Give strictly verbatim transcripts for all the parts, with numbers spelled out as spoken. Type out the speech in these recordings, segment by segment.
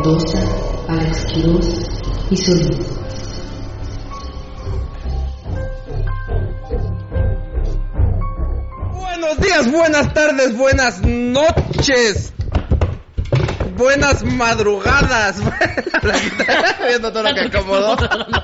Mendoza, Alex Quiroz y Solín. Buenos días, buenas tardes, buenas noches, buenas madrugadas. Viendo todo lo que acomodó.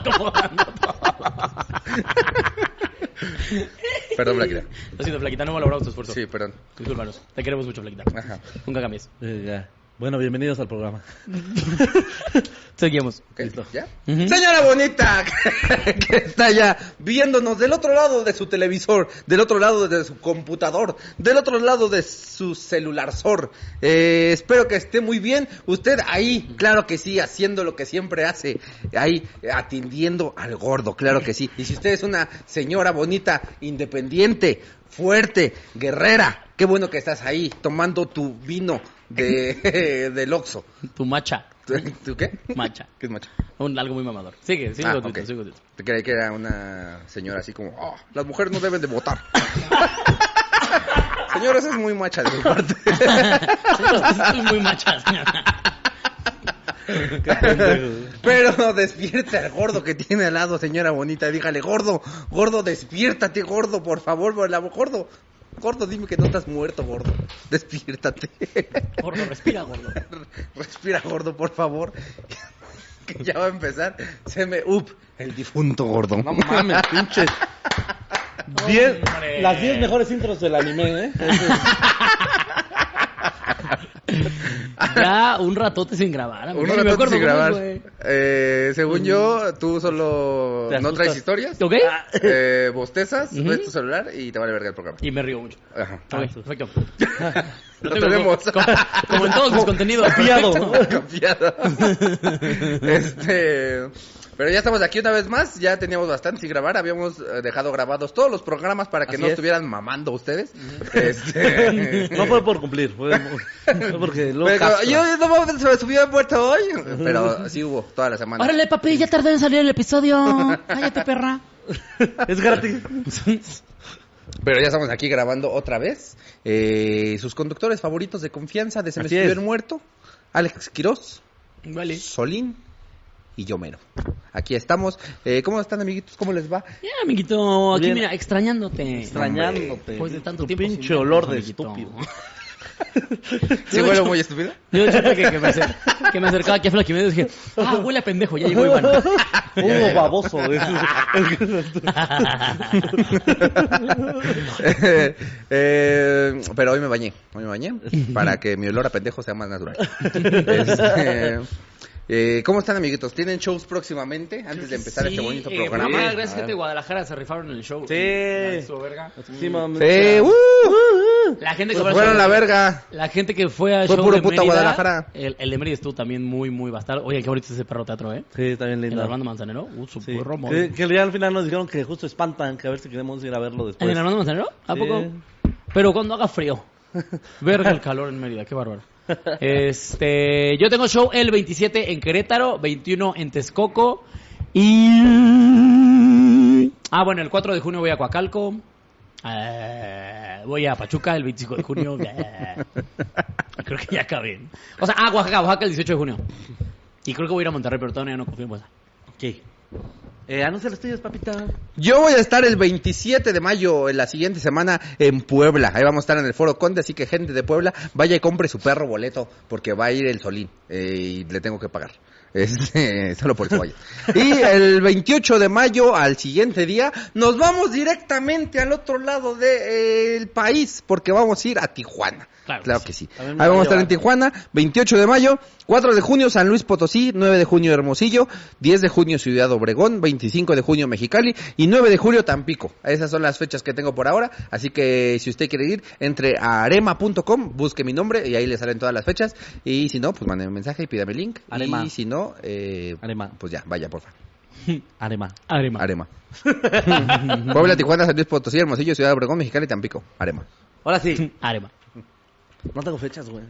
Perdón, Flaquita. Lo siento, Flaquita, no valoramos tu esfuerzo. Sí, perdón. Discúlpanos, te queremos mucho, Flaquita. Ajá. Nunca cambies. Eh, ya. Bueno, bienvenidos al programa. Seguimos. Okay, ¿listo? ¿Ya? Uh-huh. Señora bonita, que está ya viéndonos del otro lado de su televisor, del otro lado de su computador, del otro lado de su celularzor. Eh, espero que esté muy bien. Usted ahí, claro que sí, haciendo lo que siempre hace. Ahí, atendiendo al gordo, claro que sí. Y si usted es una señora bonita, independiente, fuerte, guerrera, qué bueno que estás ahí tomando tu vino de del Oxxo. Tu macha. ¿Tú, ¿Tú qué? Macha. ¿Qué es macha? Un, algo muy mamador. Sigue, sigue Ah, con okay. sigue con Te creí que era una señora así como, oh, las mujeres no deben de votar. Señora, esa es muy macha de su parte. Estoy muy macha, señora. Pero despierte al gordo que tiene al lado, señora bonita. Dígale, gordo, gordo, despiértate, gordo, por favor, por la gordo. Gordo, dime que no estás muerto, gordo. Despiértate. Gordo, respira, gordo. Respira, gordo, por favor. Que ya va a empezar. Se me... Up, el difunto gordo. No mames, pinches. Diez, las diez mejores intros del anime, ¿eh? Ya un ratote sin grabar. Un me ratote acuerdo sin grabar. cómo es, eh, según yo, tú solo Te no asustas. traes historias. ¿Ok? Eh, bostezas, Ujú. ves tu celular y te vale verga el programa. Y me río mucho. Ajá. Ok, perfecto. Lo tengo tenemos. co- co- como en todos mis contenidos. Copiado. perfecto. Copiado. Este, pero ya estamos aquí una vez más. Ya teníamos bastante sin grabar. Habíamos eh, dejado grabados todos los programas para que Así no es. estuvieran mamando ustedes. Este, No fue por cumplir, fue, fue porque luego pero, castra. yo no mames, se me subió muerto hoy. Pero sí hubo toda la semana. Órale, papi, ya tardé en salir el episodio. Cállate, perra. Es gratis. Pero ya estamos aquí grabando otra vez. Eh, sus conductores favoritos de confianza de Se me Así subió es. el muerto, Alex Quiroz, Vale. Solín y yo mero. Aquí estamos. Eh, ¿Cómo están, amiguitos? ¿Cómo les va? Ya, amiguito, aquí Bien. mira, extrañándote. Extrañándote. Después de tanto Tu tiempo pinche sin olor vernos, de amiguito. estúpido. ¿Sí huele muy estúpido? Yo siempre que, que, me acer- que me acercaba aquí a Flaquimedes dije, ah, huele a pendejo, ya llegó Iván. Uh, baboso. eh, eh, pero hoy me bañé. Hoy me bañé para que mi olor a pendejo sea más natural. Este, eh, ¿Cómo están, amiguitos? ¿Tienen shows próximamente antes de empezar Sí, este bonito eh, programa? muy bien, gracias, gente de Guadalajara, se rifaron en el show. Sí. Estuvo verga. Sí, mami. Sí, uh, La gente que pues fue al fueron show- la verga. La gente que fue al Fue show puro de puta Mérida, Guadalajara. El, el de Mérida estuvo también muy, muy bastardo. Oye, qué bonito es ese perro teatro, ¿eh? Sí, está bien El lindo. Armando Manzanero. Uh, su Sí. perro Que, que ya al final nos dijeron que justo espantan, que a ver si queremos ir a verlo después. ¿El Armando Manzanero? ¿A Sí. poco? Pero cuando haga frío. Verga el calor en Mérida, qué bárbaro. Este, yo tengo show el veintisiete en Querétaro, veintiuno en Texcoco y... Ah, bueno, el cuatro de junio voy a Coacalco. Eh, voy a Pachuca el veinticinco de junio. Eh, creo que ya acabé. O sea, ah, Oaxaca, Oaxaca el dieciocho de junio. Y creo que voy a ir a Monterrey, pero todavía no confío en esa. Ok. Eh, anuncia las tuyas, papita. Yo voy a estar el veintisiete de mayo, en la siguiente semana, en Puebla. Ahí vamos a estar en el Foro Conde, así que gente de Puebla, vaya y compre su perro boleto, porque va a ir el Solín, eh, y le tengo que pagar. Este, solo por eso vaya. Y el veintiocho de mayo, al siguiente día, nos vamos directamente al otro lado del país, porque vamos a ir a Tijuana. Claro, Claro que sí. También me Ahí va vamos a a estar en llevar. Tijuana, veintiocho de mayo, cuatro de junio San Luis Potosí, nueve de junio Hermosillo, diez de junio Ciudad Obregón, veinticinco de junio Mexicali y nueve de julio Tampico. Esas son las fechas que tengo por ahora, así que si usted quiere ir, entre a arema punto com, busque mi nombre y ahí le salen todas las fechas, y si no, pues mande un mensaje y pídame el link, Arema. y si no, eh, Arema. pues ya, vaya porfa. Arema. Arema. Arema. Puebla, Tijuana, San Luis Potosí, Hermosillo, Ciudad Obregón, Mexicali y Tampico. Arema. Ahora sí. Arema. No tengo fechas, güey.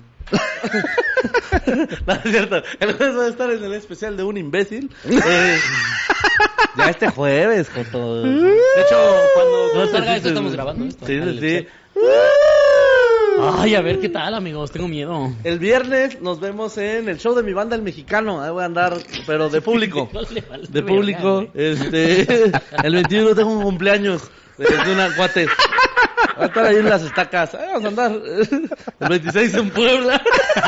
No, es cierto. El jueves va a estar en el especial de un imbécil. Eh, ya este jueves, Joto. De hecho, cuando No, salga sí, esto sí, estamos sí. grabando esto. Sí, El sí, sí. episodio. Ay, a ver qué tal, amigos. Tengo miedo. El viernes nos vemos en el show de mi banda El Mexicano. Ahí voy a andar, pero de público. De público. Este, el veintiuno tengo un cumpleaños de, de una cuate. Voy a estar ahí en las estacas. Ahí vamos a andar. El veintiséis en Puebla.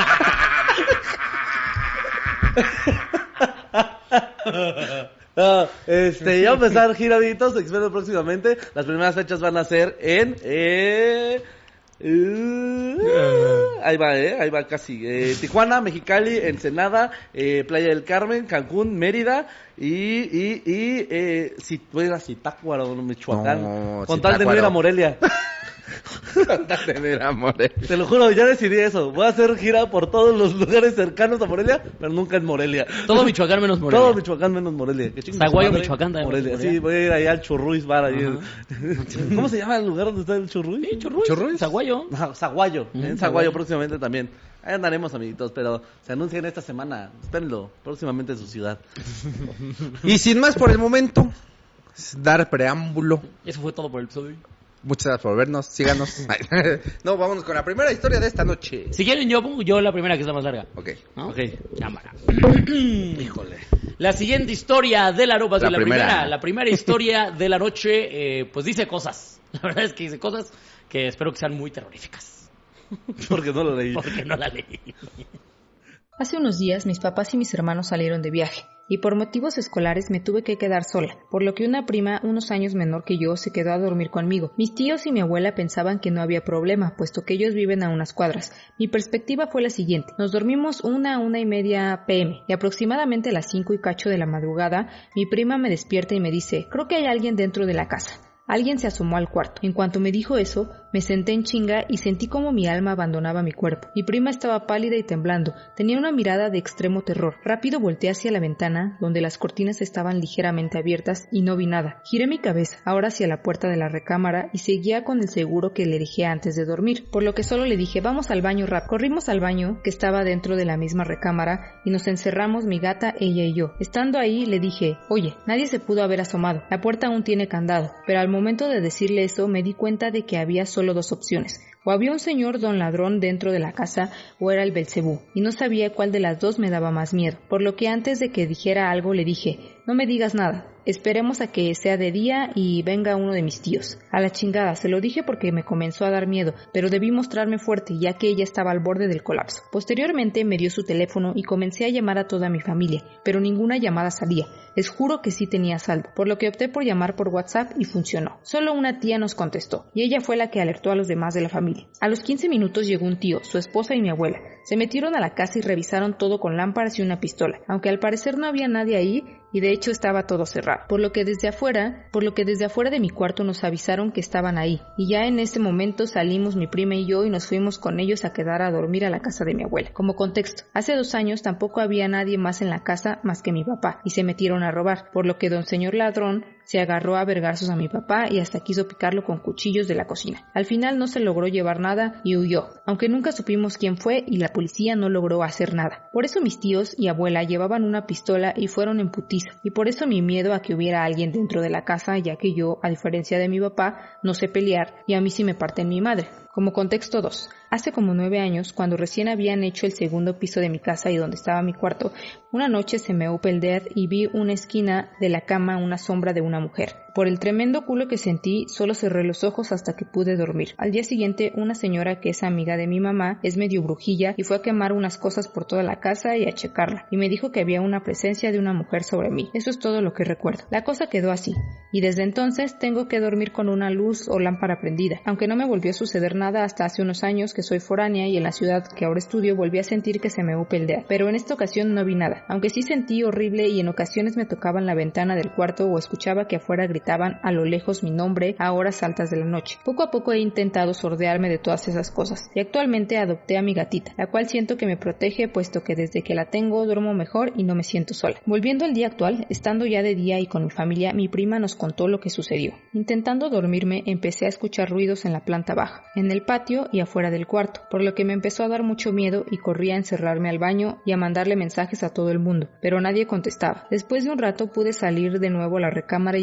Ah, este, ya vamos a empezar gira, amiguitos. Espero próximamente. Las primeras fechas van a ser en eh, eh, ahí va, eh, ahí va casi eh, Tijuana, Mexicali, Ensenada, eh, Playa del Carmen, Cancún, Mérida y y y eh, si voy a ir a Zitácuaro, Michoacán, No, con tal de no ir a Morelia. Te lo juro, ya decidí eso. Voy a hacer gira por todos los lugares cercanos a Morelia, pero nunca en Morelia. Todo Michoacán menos Morelia. Todo Michoacán menos Morelia. Zaguayo, Michoacán también. Morelia. Sí, voy a ir allá al Churruis Bar. Ahí. ¿Cómo se llama el lugar donde está el Churruis? Sí, Churruis. Churruis. Zaguayo. Ajá, Zaguayo. Mm, En Zaguayo próximamente también. Ahí andaremos, amiguitos, pero se anuncian esta semana. Espérenlo, próximamente en su ciudad. Y sin más por el momento, dar preámbulo. Eso fue todo por el episodio. Muchas gracias por vernos, síganos. No, vámonos con la primera historia de esta noche. Si quieren, yo pongo yo la primera, que es la más larga. Ok. ¿No? Ok. Cámara. Híjole. La siguiente historia de la noche, La la, primera. primera, la primera historia de la noche, eh, pues dice cosas. La verdad es que dice cosas que espero que sean muy terroríficas. Porque no lo leí. Porque no la leí. Hace unos días mis papás y mis hermanos salieron de viaje, y por motivos escolares me tuve que quedar sola, por lo que una prima unos años menor que yo se quedó a dormir conmigo. Mis tíos y mi abuela pensaban que no había problema, puesto que ellos viven a unas cuadras. Mi perspectiva fue la siguiente: nos dormimos una a una y media pm, y aproximadamente a las cinco y cacho de la madrugada, mi prima me despierta y me dice: creo que hay alguien dentro de la casa. Alguien se asomó al cuarto. En cuanto me dijo eso, me senté en chinga y sentí como mi alma abandonaba mi cuerpo. Mi prima estaba pálida y temblando. Tenía una mirada de extremo terror. Rápido volteé hacia la ventana, donde las cortinas estaban ligeramente abiertas, y no vi nada. Giré mi cabeza, ahora hacia la puerta de la recámara, y seguía con el seguro que le dejé antes de dormir, por lo que solo le dije: vamos al baño rap. Corrimos al baño, que estaba dentro de la misma recámara, y nos encerramos mi gata, ella y yo. Estando ahí, le dije: oye, nadie se pudo haber asomado. La puerta aún tiene candado. Pero al momento de decirle eso, me di cuenta de que había solo dos opciones: o había un señor don ladrón dentro de la casa, o era el Belcebú, y no sabía cuál de las dos me daba más miedo, por lo que antes de que dijera algo le dije: no me digas nada, esperemos a que sea de día y venga uno de mis tíos. A la chingada, se lo dije porque me comenzó a dar miedo, pero debí mostrarme fuerte, ya que ella estaba al borde del colapso. Posteriormente me dio su teléfono y comencé a llamar a toda mi familia, pero ninguna llamada salía. Les juro que sí tenía saldo, por lo que opté por llamar por WhatsApp y funcionó. Solo una tía nos contestó, y ella fue la que alertó a los demás de la familia. A los quince minutos llegó un tío, su esposa y mi abuela. Se metieron a la casa y revisaron todo con lámparas y una pistola, aunque al parecer no había nadie ahí, y de hecho estaba todo cerrado, por lo que desde afuera, por lo que desde afuera de mi cuarto nos avisaron que estaban ahí, y ya en ese momento salimos mi prima y yo y nos fuimos con ellos a quedar a dormir a la casa de mi abuela. Como contexto, hace dos años tampoco había nadie más en la casa más que mi papá, y se metieron a robar, por lo que don señor ladrón se agarró a vergazos a mi papá y hasta quiso picarlo con cuchillos de la cocina. Al final no se logró llevar nada y huyó, aunque nunca supimos quién fue y la policía no logró hacer nada. Por eso mis tíos y abuela llevaban una pistola y fueron en putiza, y por eso mi miedo a que hubiera alguien dentro de la casa, ya que yo, a diferencia de mi papá, no sé pelear y a mí sí me parten mi madre. Como contexto dos, hace como nueve años, cuando recién habían hecho el segundo piso de mi casa y donde estaba mi cuarto, una noche se me ope el dead y vi una esquina de la cama una sombra de una mujer. Por el tremendo culo que sentí, solo cerré los ojos hasta que pude dormir. Al día siguiente, una señora que es amiga de mi mamá, es medio brujilla, y fue a quemar unas cosas por toda la casa y a checarla, y me dijo que había una presencia de una mujer sobre mí. Eso es todo lo que recuerdo. La cosa quedó así, y desde entonces tengo que dormir con una luz o lámpara prendida, aunque no me volvió a suceder nada hasta hace unos años que soy foránea y en la ciudad que ahora estudio volví a sentir que se me upe el dedo, pero en esta ocasión no vi nada, aunque sí sentí horrible y en ocasiones me tocaban la ventana del cuarto o escuchaba que afuera gritaban a lo lejos mi nombre a horas altas de la noche. Poco a poco he intentado sordearme de todas esas cosas y actualmente adopté a mi gatita, la cual siento que me protege puesto que desde que la tengo duermo mejor y no me siento sola. Volviendo al día actual, estando ya de día y con mi familia, mi prima nos contó lo que sucedió. Intentando dormirme, empecé a escuchar ruidos en la planta baja, en el patio y afuera del cuarto, por lo que me empezó a dar mucho miedo y corrí a encerrarme al baño y a mandarle mensajes a todo el mundo, pero nadie contestaba. Después de un rato pude salir de nuevo a la recámara y vi luces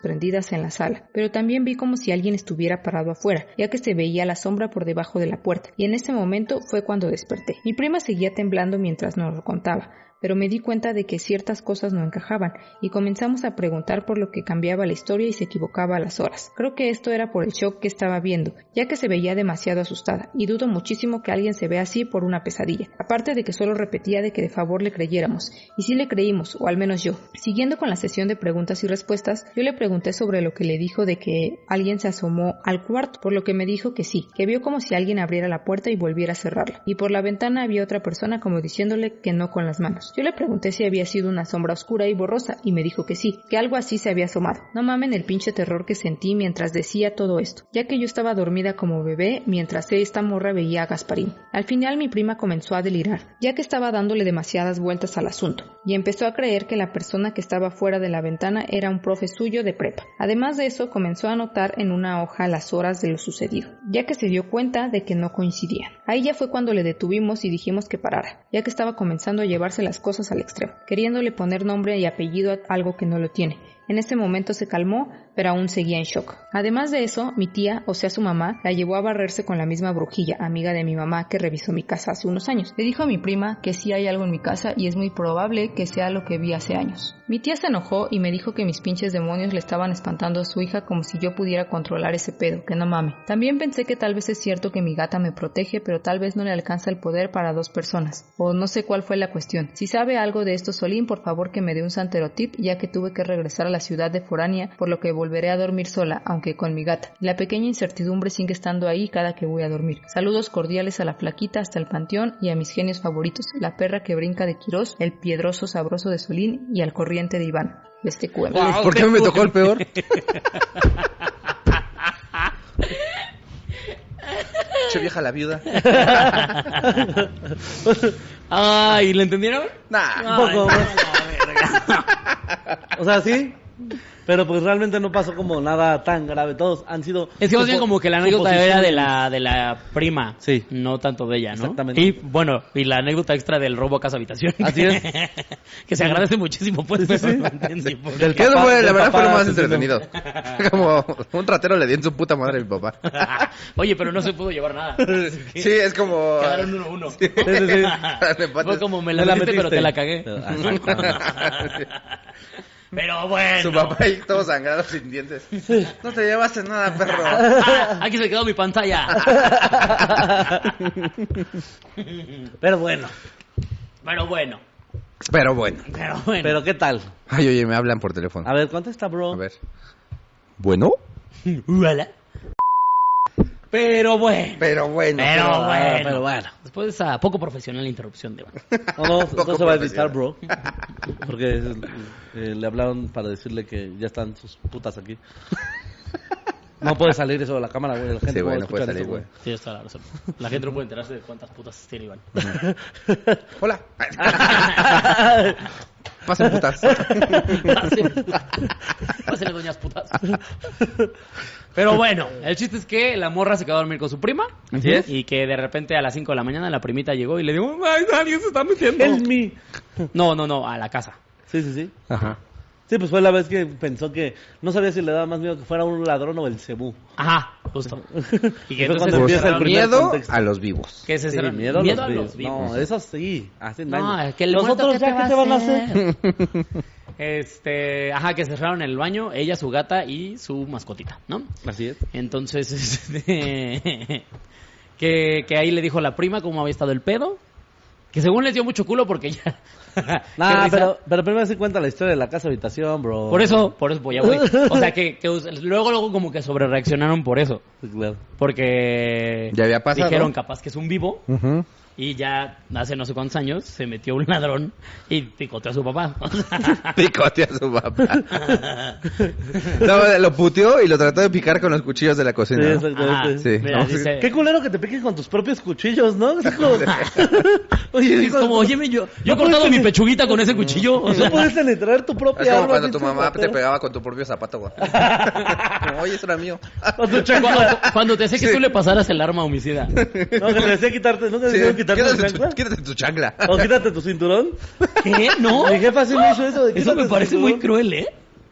prendidas en la sala, pero también vi como si alguien estuviera parado afuera, ya que se veía la sombra por debajo de la puerta, y en ese momento fue cuando desperté. Mi prima seguía temblando mientras nos lo contaba, pero me di cuenta de que ciertas cosas no encajaban, y comenzamos a preguntar por lo que cambiaba la historia y se equivocaba a las horas. Creo que esto era por el shock que estaba viendo, ya que se veía demasiado asustada, y dudo muchísimo que alguien se vea así por una pesadilla, aparte de que solo repetía de que de favor le creyéramos, y sí le creímos, o al menos yo. Siguiendo con la sesión de preguntas y respuestas, yo le pregunté sobre lo que le dijo de que alguien se asomó al cuarto, por lo que me dijo que sí, que vio como si alguien abriera la puerta y volviera a cerrarla, y por la ventana había otra persona como diciéndole que no con las manos. Yo le pregunté si había sido una sombra oscura y borrosa y me dijo que sí, que algo así se había asomado. No mamen el pinche terror que sentí mientras decía todo esto, ya que yo estaba dormida como bebé mientras esta morra veía a Gasparín. Al final mi prima comenzó a delirar, ya que estaba dándole demasiadas vueltas al asunto, y empezó a creer que la persona que estaba fuera de la ventana era un profe suyo de prepa. Además de eso, comenzó a anotar en una hoja las horas de lo sucedido, ya que se dio cuenta de que no coincidían. Ahí ya fue cuando le detuvimos y dijimos que parara, ya que estaba comenzando a llevarse las cosas al extremo, queriéndole poner nombre y apellido a algo que no lo tiene. En ese momento se calmó, pero aún seguía en shock. Además de eso, mi tía, o sea su mamá, la llevó a barrerse con la misma brujilla, amiga de mi mamá, que revisó mi casa hace unos años. Le dijo a mi prima que sí hay algo en mi casa y es muy probable que sea lo que vi hace años. Mi tía se enojó y me dijo que mis pinches demonios le estaban espantando a su hija como si yo pudiera controlar ese pedo, que no mame. También pensé que tal vez es cierto que mi gata me protege, pero tal vez no le alcanza el poder para dos personas. O no sé cuál fue la cuestión. Si sabe algo de esto, Solín, por favor que me dé un santerotip, ya que tuve que regresar a la ciudad de foránea, por lo que volveré a dormir sola, aunque con mi gata. La pequeña incertidumbre sigue estando ahí cada que voy a dormir. Saludos cordiales a la flaquita hasta el panteón y a mis genios favoritos, la perra que brinca de Quirós, el piedroso sabroso de Solín y al corriente de Iván. Este Q M. Wow, ¿por qué me tocó el peor? Che vieja la viuda. Ay, ¿le entendieron? Nah. Un poco más. O sea, sí, pero pues realmente no pasó como nada tan grave. Todos han sido... Es que más bien como que la anécdota era de la de la prima, sí, no tanto de ella, ¿no? Exactamente. Y bueno, y la anécdota extra del robo a casa habitación. Así es. Que se agradece muchísimo, pues, Sí, sí, pero sí. no entendí por Del qué. Eso papá- fue, la del verdad fue lo papá, más sí, sí, entretenido. Como un ratero le di en su puta madre a mi papá. Oye, pero no se pudo llevar nada. Sí, es como... Quedaron uno a uno. Sí. Sí, sí, sí. Fue como me la, Me la metiste, pero metiste. te la cagué. Pero bueno. Su papá ahí todo sangrado sin dientes. No te llevaste nada, perro. Ah, aquí se quedó mi pantalla. Pero bueno, Pero bueno. Pero bueno. Pero bueno. pero ¿qué tal? Ay, oye, me hablan por teléfono. A ver, contesta, bro. A ver. ¿Bueno? Hola. Pero bueno. Pero bueno. Pero Ah, bueno. pero bueno. Después de esa poco profesional interrupción de Iván. No, no, Poco no se va a editar, profesional. bro. Porque eh, le hablaron para decirle que ya están sus putas aquí. No puede salir eso de la cámara, güey. La gente Sí, güey, va a no puede escuchar salir, eso, güey. Sí, está la razón. La gente no puede enterarse de cuántas putas tiene Iván. Hola. Pasen putas. Pásenle, pásenle, doñas putas. Pero bueno, el chiste es que la morra se quedó a dormir con su prima. Así es. Y que de repente a las cinco de la mañana la primita llegó y le dijo, ay, alguien se está metiendo. Help me. No, no, no, a la casa. Sí, sí, sí. Ajá. Sí, pues fue la vez que pensó que no sabía si le daba más miedo que fuera un ladrón o el cebú. Ajá, justo. Y que Fue entonces cuando se empieza el cerraron- primer Miedo contexto. a los vivos. que se Sí, cerraron- miedo, miedo a a los los vivos. vivos. No, eso sí, hacen daño. No, es que el ¿Los muerto, otros ¿qué ya te qué va te van a hacer? Este, ajá, que se cerraron el baño, ella, su gata y su mascotita, ¿no? Así es. Entonces, este, que, que ahí le dijo la prima cómo había estado el pedo, que según les dio mucho culo porque ya... Nah, qué risa. pero, pero primero se cuenta la historia de la casa habitación, bro. Por eso, por eso, pues ya voy. O sea, que, que us- luego, luego como que sobre reaccionaron por eso. Sí, claro. Porque Ya había pasado. dijeron capaz que es un vivo. Ujú. Y ya hace no sé cuántos años se metió un ladrón y picoteó a su papá. O sea, Picoteó a su papá. No, lo puteó y lo trató de picar con los cuchillos de la Sí, cocina. ¿no? exactamente. Sí. mira, No, dice- Qué culero que te piquen con tus propios cuchillos, ¿no? Es como... Oye, es hijo de- como, oye, yo, yo he No cortado puedes- mi pechuguita con ese cuchillo. O sea, No puedes penetrar tu propia Es como arma, cuando tu pinche mamá te ratero. pegaba con tu propio zapato, güey. Oye, eso era mío. O tu chancla. cuando, cuando te sé que tú le pasaras el arma homicida. No, que te decía quitarte, ¿no te Sí, decían quitarte tu quítate, chancla? tu, quítate tu chancla. O quítate tu cinturón. ¿Qué? No. Mi jefa sí me hizo eso. de Eso quítate me tu parece cinturón. muy cruel, ¿eh?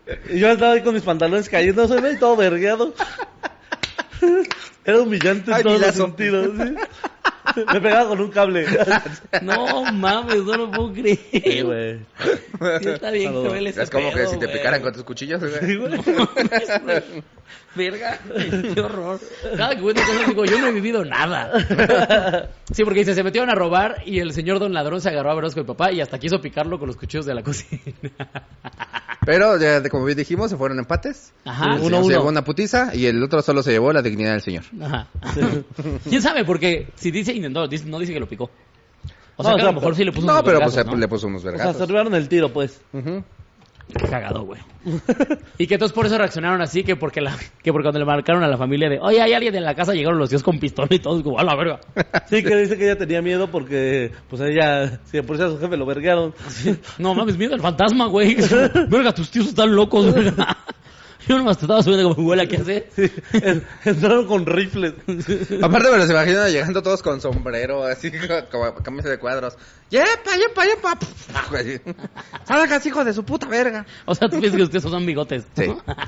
Y yo estaba ahí con mis pantalones cayéndose, ¿no? Y todo vergueado. Era humillante en Ay, todos los milazo. sentidos, ¿sí? Me pegaba con un cable. No mames, no lo puedo creer. Sí, güey. Sí, está bien Claro. cruel ese Es como que pedo, si te güey. picaran con tus cuchillos, güey. Sí, güey. Verga, qué horror. Cada que cuento cosas digo, yo no he vivido nada. Sí, porque dice, se metieron a robar y el señor don ladrón se agarró a veros con mi papá y hasta quiso picarlo con los cuchillos de la cocina. Pero, ya, de- como bien dijimos, se fueron empates. Ajá. El Uno, señor se uno. llevó una putiza y el otro solo se llevó la dignidad del señor. Ajá. ¿Quién sabe? Porque si dice intentó, dice- no dice que lo picó. O sea, No, que a o sea, lo mejor sí le puso No, unos pero pues vergazos, se- ¿no? le puso unos O sea, vergazos. se arribaron el tiro, pues. Ujú. Qué cagado, güey. Y que entonces por eso reaccionaron así, que porque la, que porque cuando le marcaron a la familia de, oye, hay alguien en la casa, llegaron los tíos con pistola y todos como, a la verga. Sí, que dice que ella tenía miedo porque, pues ella, si de por sí a su jefe lo verguearon. No mames, miedo al fantasma, güey. Verga, tus tíos están locos, verga. Yo nomás te estaba subiendo como, güey, ¿qué hace? Sí, en- entraron con rifles. Aparte me los imagino llegando todos con sombrero, así como camisa de cuadros. ¡Yepa, yepa, yepa! Así. ¡Salgas, hijo de su puta verga! O sea, tú piensas que ustedes son bigotes. Sí.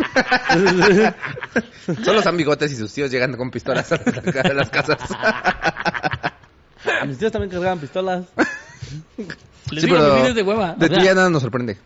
Solo son bigotes y sus tíos llegando con pistolas a las, a las casas. A mis tíos también cargaban pistolas. Les Sí, digo, pero que vienes de hueva. de O ti sea, ya nada nos sorprende.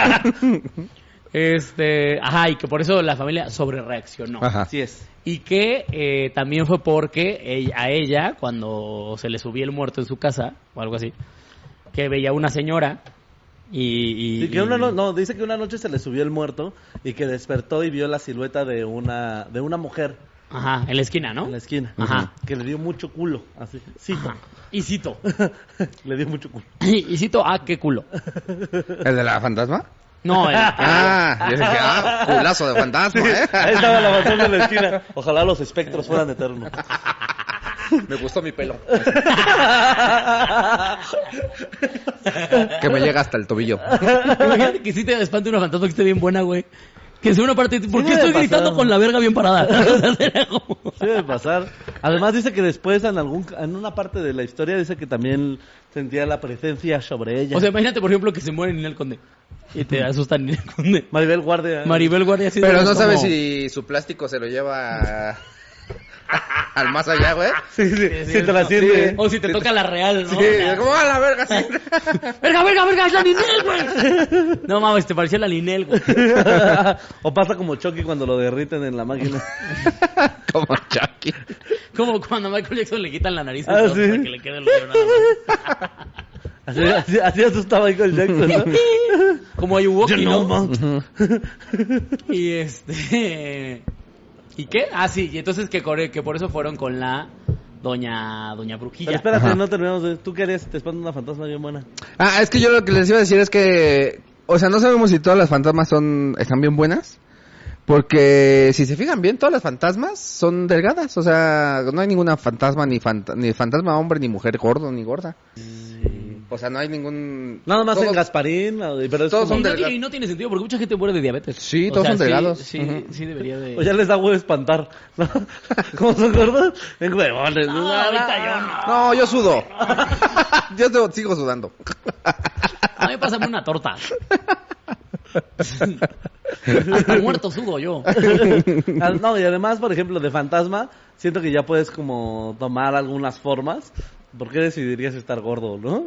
Este, ajá, y que por eso la familia sobre reaccionó. Ajá. Así es. Y que eh, también fue porque ella- a ella, cuando se le subía el muerto en su casa, o algo así, que veía una señora y... y- Sí, que una y- no, no, dice que una noche se le subió el muerto y que despertó y vio la silueta de una, de una mujer Ajá, en la esquina, ¿no? en la esquina. Ajá. Que le dio mucho culo, así. Cito. Ajá. Y cito. Le dio mucho culo. Y cito, ah, qué culo. ¿El de la fantasma? No, el- Ah, yo dije, ah, culazo de fantasma, ¿eh? Ahí estaba la fantasma en la esquina. Ojalá los espectros fueran eternos. Me gustó mi pelo. Que me llega hasta el tobillo. Imagínate que sí te espante una fantasma que esté bien buena, güey. Que sea una parte... ¿Por qué debe estoy pasar. gritando con la verga bien parada? O sea, sería como- Sí debe pasar. Además dice que después en algún en una parte de la historia dice que también sentía la presencia sobre ella. O sea, imagínate, por ejemplo, que se muere Ninel Conde. Y te asustan Ninel Conde. Maribel Guardia. Maribel Guardia así Pero de- no como- sabes si su plástico se lo lleva a- al más allá, güey. Sí, sí, Sí, sí, sí, te la no. siente. O si te toca la real, ¿no? Sí, O sea, es como a la verga, sí. ¡Verga, verga, verga! ¡Es la Ninel, güey! No mames, te parecía la Ninel, güey. O pasa como Chucky cuando lo derriten en la máquina. Como Chucky. Como cuando a Michael Jackson le quitan la nariz y Ah, todo ¿sí? para que le quede el hoyo nada más. Así, así, así asustaba Michael Jackson, ¿no? Como Ayuwoki, You know, ¿no? man. Y este... ¿Y qué? Ah, sí, y entonces que, core- que por eso fueron con la doña doña Brujilla. Pero espérate, Ajá. no terminamos de... ¿Tú qué harías si te espanta una fantasma bien buena? Ah, es que yo lo que les iba a decir es que, o sea, no sabemos si todas las fantasmas son están bien buenas, porque si se fijan bien, todas las fantasmas son delgadas, o sea, no hay ninguna fantasma ni fanta- ni fantasma hombre ni mujer gordo ni gorda. O sea, no hay ningún Nada más todos- en Gasparín, pero es todos como... Y son no, delgados. tiene, y no tiene sentido porque mucha gente muere de diabetes. Sí, O todos sea, son delgados. Sí, sí, Ujú. sí debería de... O ya les da huevo espantar, ¿no? ¿Cómo son gordos? En huevones. No, ahorita yo no. No, yo sudo. Yo te- sigo sudando. A mí pásame una torta. Hasta muerto sudo yo. Ah, no, y además, por ejemplo, de fantasma, siento que ya puedes como tomar algunas formas. ¿Por qué decidirías estar gordo, no?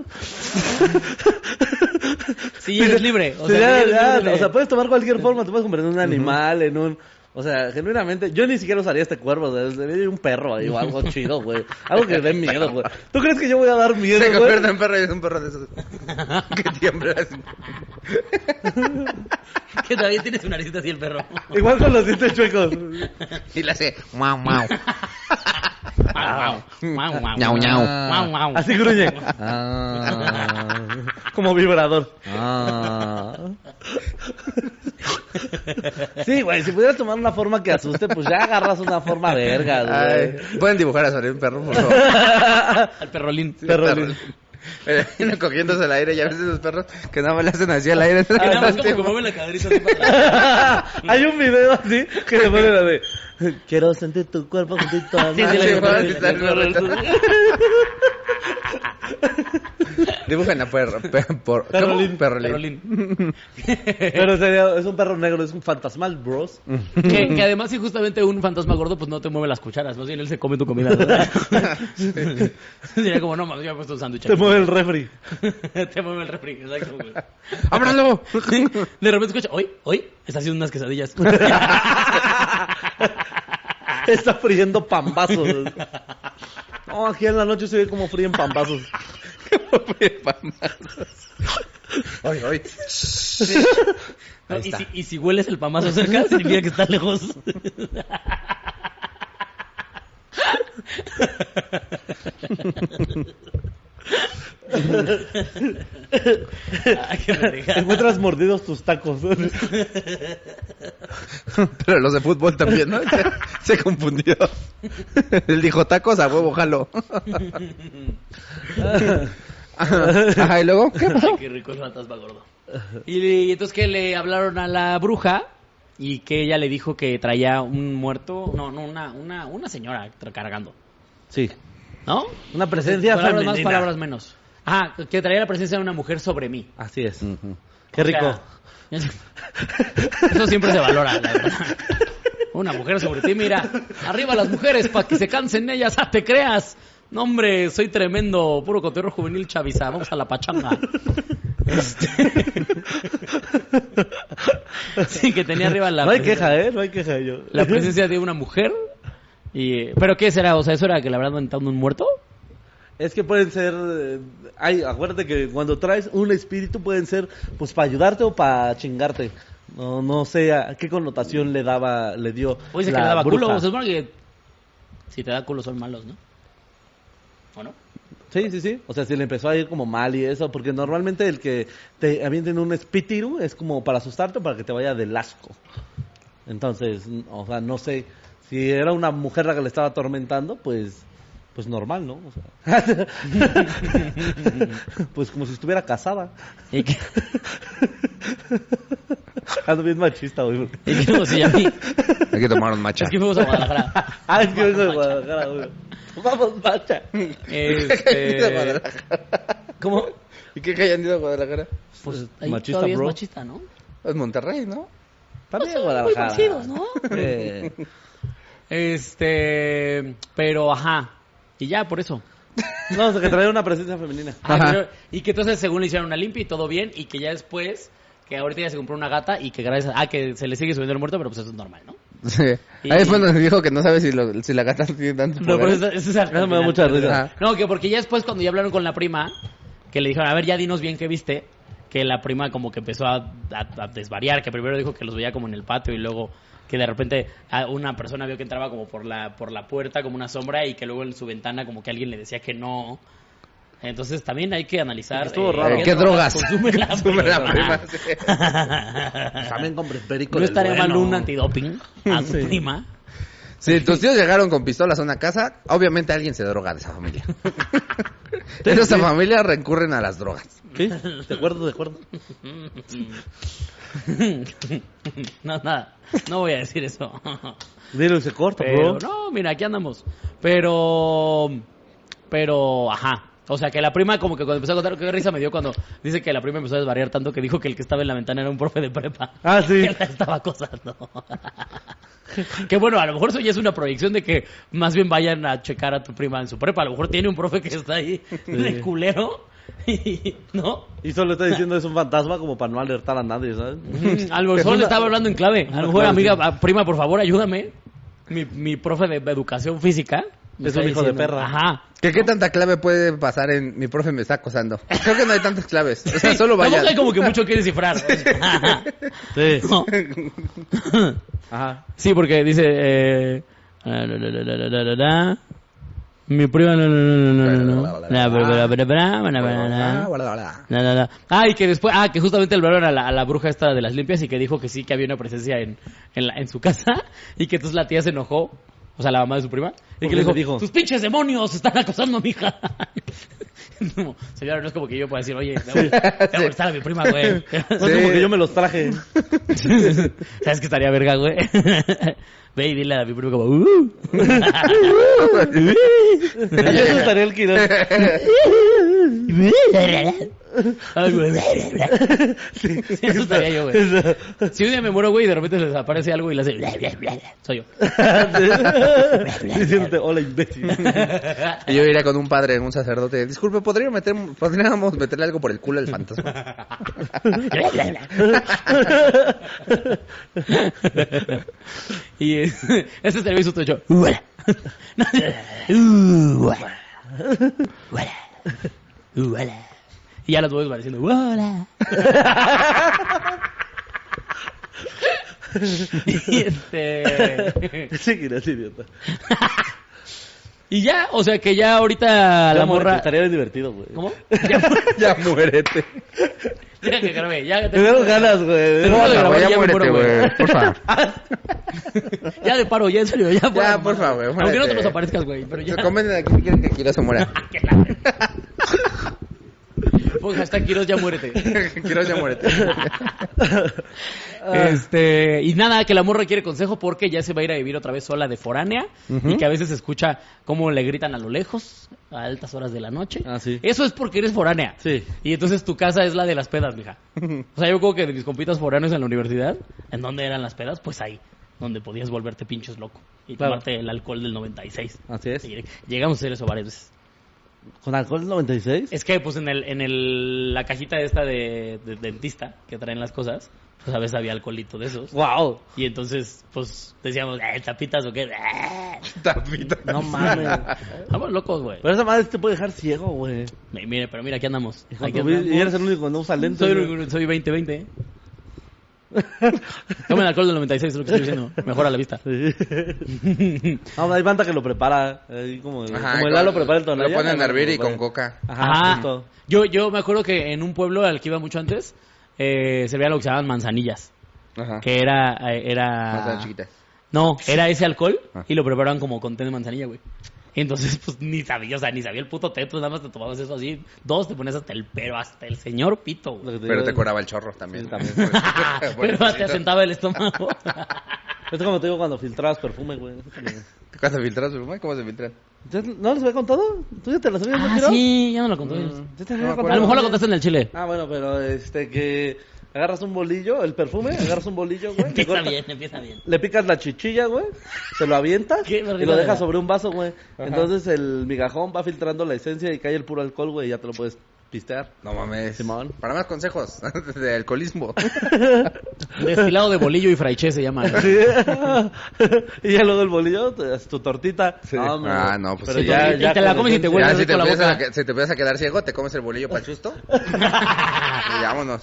Sí, eres libre. O Sí, sea, ya, eres ya, libre. o sea, puedes tomar cualquier forma, te puedes convertir en un animal, en un... O sea, genuinamente, yo ni siquiera usaría este cuervo, o sea, sería un perro ahí o algo chido, güey. Algo que dé miedo, güey. ¿Tú crees que yo voy a dar miedo, Se güey? convierte en perro y es un perro de esos. Que tiembla así. Que todavía tiene su naricita así el perro. Igual con los dientes chuecos. Y le hace mau mau. Guau, guau, guau. Ñau, ñau. Guau, guau. Así gruñe. Ah. Como vibrador. Ah. Sí, güey, si pudieras tomar una forma que asuste, pues ya agarras una forma verga, güey. Ay, pueden dibujar a Sonia un perro, por favor. Al perrolín. Perrolín. Eh, viene cogiéndose el aire y a veces los perros que nada más le hacen así al aire. Que nada más como que mueve la caderita así para atrás. Hay un video así que le pone la de quiero sentir tu cuerpo juntito a mí. Sí, sí, sí, la- sí, sí, sí, sí. Dibujan a perro, per, por, Perrolín. Perrolín. Perrolín. Pero sería, es un perro negro, es un fantasmal, bros. que, que además, si justamente un fantasma gordo, pues no te mueve las cucharas. Más bien él se come tu comida. ¿Verdad? Sería como, no, mames, yo me he puesto un sándwich. Te mueve el refri. Te mueve el refri, exacto, güey. ¡Ábralo! De repente escucha, hoy, hoy, está haciendo unas quesadillas. Está friendo pambazos. No, aquí en la noche se ve como fríen pambazos. Ay, ay. No, Ahí y, está. si, y si hueles el pamazo cerca, significa que está lejos. Ay, qué pendejada. Encuentras mordidos tus tacos. Pero los de fútbol también, ¿no? Se, se confundió. Él dijo tacos a huevo, jalo. Ajá, ¿y luego? ¿Qué pasó? Ay, qué rico el fantasma gordo. Y, y entonces que le hablaron a la bruja y que ella le dijo que traía un muerto, no, no, una, una, una señora tra- cargando, Sí, ¿no? una presencia Palabras femenina. más, palabras menos. Ah, que traía la presencia de una mujer sobre mí. Así es. Ujú. Qué O rico. sea, eso siempre se valora, la verdad. Una mujer sobre ti, mira, arriba las mujeres para que se cansen ellas, ah, te creas. No, hombre, soy tremendo, puro cotorreo juvenil chaviza, vamos a la pachanga. Este... sí, que tenía arriba la No hay presencia- queja, ¿eh? No hay queja yo. la presencia de una mujer. Y... ¿Pero qué será? O sea, ¿eso era que le habrán aventado un muerto? Es que pueden ser, eh, ay, acuérdate que cuando traes un espíritu pueden ser, pues, para ayudarte o para chingarte. No, no sé a qué connotación le daba, le dio. O dice que la le daba bruja. culo, se supone que si te da culo son malos, ¿no? ¿O no? Sí, sí, sí. O sea, si le empezó a ir como mal y eso, porque normalmente el que te avienten un espíritu es como para asustarte o para que te vaya del asco. Entonces, n- o sea, no sé. Si era una mujer la que le estaba atormentando, pues, pues normal, ¿no? O sea, pues como si estuviera casada. ¿Y qué, Ando bien machista, güey. y qué, o sea, a mí, Hay que tomar un macha. es que fuimos a Guadalajara. Ah, es que vengo de Guadalajara, güey. Vamos, macha. Este... ¿Cómo? ¿Y qué que hayan ido a Guadalajara? Pues ahí Machista, todavía bro. es machista, ¿no? Es Monterrey, ¿no? También Muy Guadalajara. parecidos, ¿no? Eh, Este... Pero, ajá. Y ya, por eso. no, o sea, que trae una presencia femenina. Ah, Ajá. pero- y que entonces según le hicieron una limpia y todo bien, y que ya después, que ahorita ya se compró una gata y que gracias a... Ah, que se le sigue subiendo el muerto, pero pues eso es normal, ¿no? Sí. Y- Ahí después nos dijo que no sabe si, lo, si la gata tiene tanto No, pero poder. eso, eso es al Eso me da final. mucha risa. Ajá. No, que porque ya después cuando ya hablaron con la prima, que le dijeron, a ver, ya dinos bien qué viste, que la prima como que empezó a, a- a desvariar, que primero dijo que los veía como en el patio y luego que de repente a una persona vio que entraba como por la por la puerta como una sombra y que luego en su ventana como que alguien le decía que no. Entonces también hay que analizar Que estuvo raro. Eh, ¿Qué drogas? consume la Consume la prima. prima, sí. También compres perico No del estaría mal bueno. un antidoping a su Sí. prima. Si tus tíos llegaron con pistolas a una casa, obviamente alguien se droga de esa familia. De esa familia recurren a las drogas. Sí, de acuerdo, de acuerdo. No, nada, no voy a decir eso. Dilo y se corta, Pero, bro. no, mira, aquí andamos. Pero, pero, ajá. O sea, que la prima como que cuando empezó a contar, qué risa me dio cuando dice que la prima empezó a desvariar tanto que dijo que el que estaba en la ventana era un profe de prepa. Ah, sí. Que la estaba acosando. Que bueno, a lo mejor eso ya es una proyección de que más bien vayan a checar a tu prima en su prepa. A lo mejor tiene un profe que está ahí de culero. Y, ¿no? Y solo está diciendo es un fantasma como para no alertar a nadie, ¿sabes? Mm, A lo mejor le estaba hablando en clave. A lo mejor, Claro, amiga, sí. a- prima, por favor, ayúdame. Mi, mi profe de educación física. me Es está un hijo de diciendo- perra. Ajá. ¿Qué, ¿Qué tanta clave puede pasar en mi profe me está acosando? Creo que no hay tantas claves. O sea, solo Tampoco vayan. hay como que mucho que descifrar. Sí. ¿No? Ajá. Sí, porque dice... Eh, la, la, la, la, la, la, la, la. Mi prima... No, no, no, no, no, no. La, bra, bra, bra, bra, bra, bra, bra. La, la, la. Ah, y que después... Ah, que justamente le hablaron a la, a la bruja esta de las limpias y que dijo que sí, que había una presencia en, en, la, en su casa y que entonces la tía se enojó. O sea, la mamá de su prima. Y ¿Por que le qué dijo, le dijo? tus pinches demonios están acosando a mi hija. No, señora, no es como que yo pueda decir, oye, debo, debo molestar a mi prima, güey. No es como que yo me los traje. ¿Sabes qué estaría verga, güey? Ve y dile a mi primo como... Uh. Eso estaría el Quiroz. Sí, eso estaría yo, güey. Si un día me muero, güey, y de repente se desaparece algo y le hace... Soy yo. Diciéndote, hola, imbécil. Y yo iría con un padre, un sacerdote. Disculpe, ¿podría meter, ¿podríamos meterle algo por el culo al fantasma? Y ese sería mi susto hecho. Y ya las voy desvaneciendo. ¡Hola! Y este... Sí, Quiroz, idiota. Y ya, o sea que ya ahorita la Ya, morra... estaría bien divertido, güey. ¿Cómo? Ya, Ya muérete. ya que grabé, ya Te dieron ganas, güey. Te Porfa, grabar, güey, ya ya me muérete, muero, güey. güey. Porfa. Ya de paro, ya en serio, ya. Ya, porfa, güey, Aunque no muérete. te nos aparezcas, güey, pero ya. Se comenten aquí si quieren que Quiroz se muera. Pon hashtag Quiroz, ya muérete. Quiroz, ya muérete. Este, y nada, que la morra quiere consejo porque ya se va a ir a vivir otra vez sola de foránea. Ujú. Y que a veces escucha cómo le gritan a lo lejos, a altas horas de la noche. Ah, sí. Eso es porque eres foránea. Sí. Y entonces tu casa es la de las pedas, mija. O sea, yo creo que de mis compitas foráneos en la universidad, ¿en dónde eran las pedas? Pues ahí, donde podías volverte pinches loco y Claro. tomarte el alcohol del noventa y seis. Así es. Y llegamos a hacer eso varias veces. ¿Con alcohol del noventa y seis? Es que, pues, en el, en el, la cajita esta de, de dentista que traen las cosas, pues a veces había alcoholito de esos. ¡Wow! Y entonces, pues, decíamos, eh, tapitas o qué. Eh. Tapita. No mames. Estamos locos, güey. Pero esa madre te puede dejar ciego, güey. Mi- Mire, pero mira, aquí andamos. Y con Aquí tu vi- andamos. y eres el único que no usa lentes. Soy, güey. soy veinte veinte. Tomen alcohol del noventa y seis, es lo que estoy diciendo. Mejora la vista. Sí. No, hay banda que lo prepara. Ahí como, Ajá, como el con- Lalo prepara el tonalla. Lo ponen a hervir y Lo con prepara. coca. Ajá, Ajá. justo. Yo, yo me acuerdo que en un pueblo al que iba mucho antes, eh, servía lo que se llamaban manzanillas. Ajá. Que era... eh, era... Manzanas chiquitas. No, era ese alcohol Ah. y lo preparaban como con té de manzanilla, güey. Y entonces, pues, ni sabía, o sea, ni sabía el puto té, tú nada más te tomabas eso así. Dos, te ponías hasta el pero, hasta el señor pito, Lo güey. que te Pero digo te es- curaba el chorro también. Sí, también. Pero te asentaba el estómago. Es como te digo cuando filtrabas perfume, güey. ¿Cuándo filtras, güey? ¿Cómo se filtran? ¿Entonces, ¿No les había contado? ¿Tú ya te las habías Ah, metido? sí, ya no lo contó. ¿Ya te No había me contado? A lo mejor lo contaste en el chile. Ah, bueno, pero este que agarras un bolillo, el perfume, agarras un bolillo, güey. le Empieza cortas- bien, empieza bien. Le picas la chichilla, güey, se lo avientas Qué y barbaridad, lo dejas ¿verdad? sobre un vaso, güey. Entonces el migajón va filtrando la esencia y cae el puro alcohol, güey, y ya te lo puedes pistear. No mames. Simón. Para más consejos de alcoholismo. Destilado de bolillo y fraiché se llama. ¿no? Sí. Y ya luego el bolillo, te haces tu tortita. Sí. No, hombre. Ah, no, pues Pero sí. ya, Y ya te la con comes y te esencia. huele Ya, si rico te, la empiezas a, boca. que- si te empiezas a quedar ciego, te comes el bolillo pachusto. Y vámonos.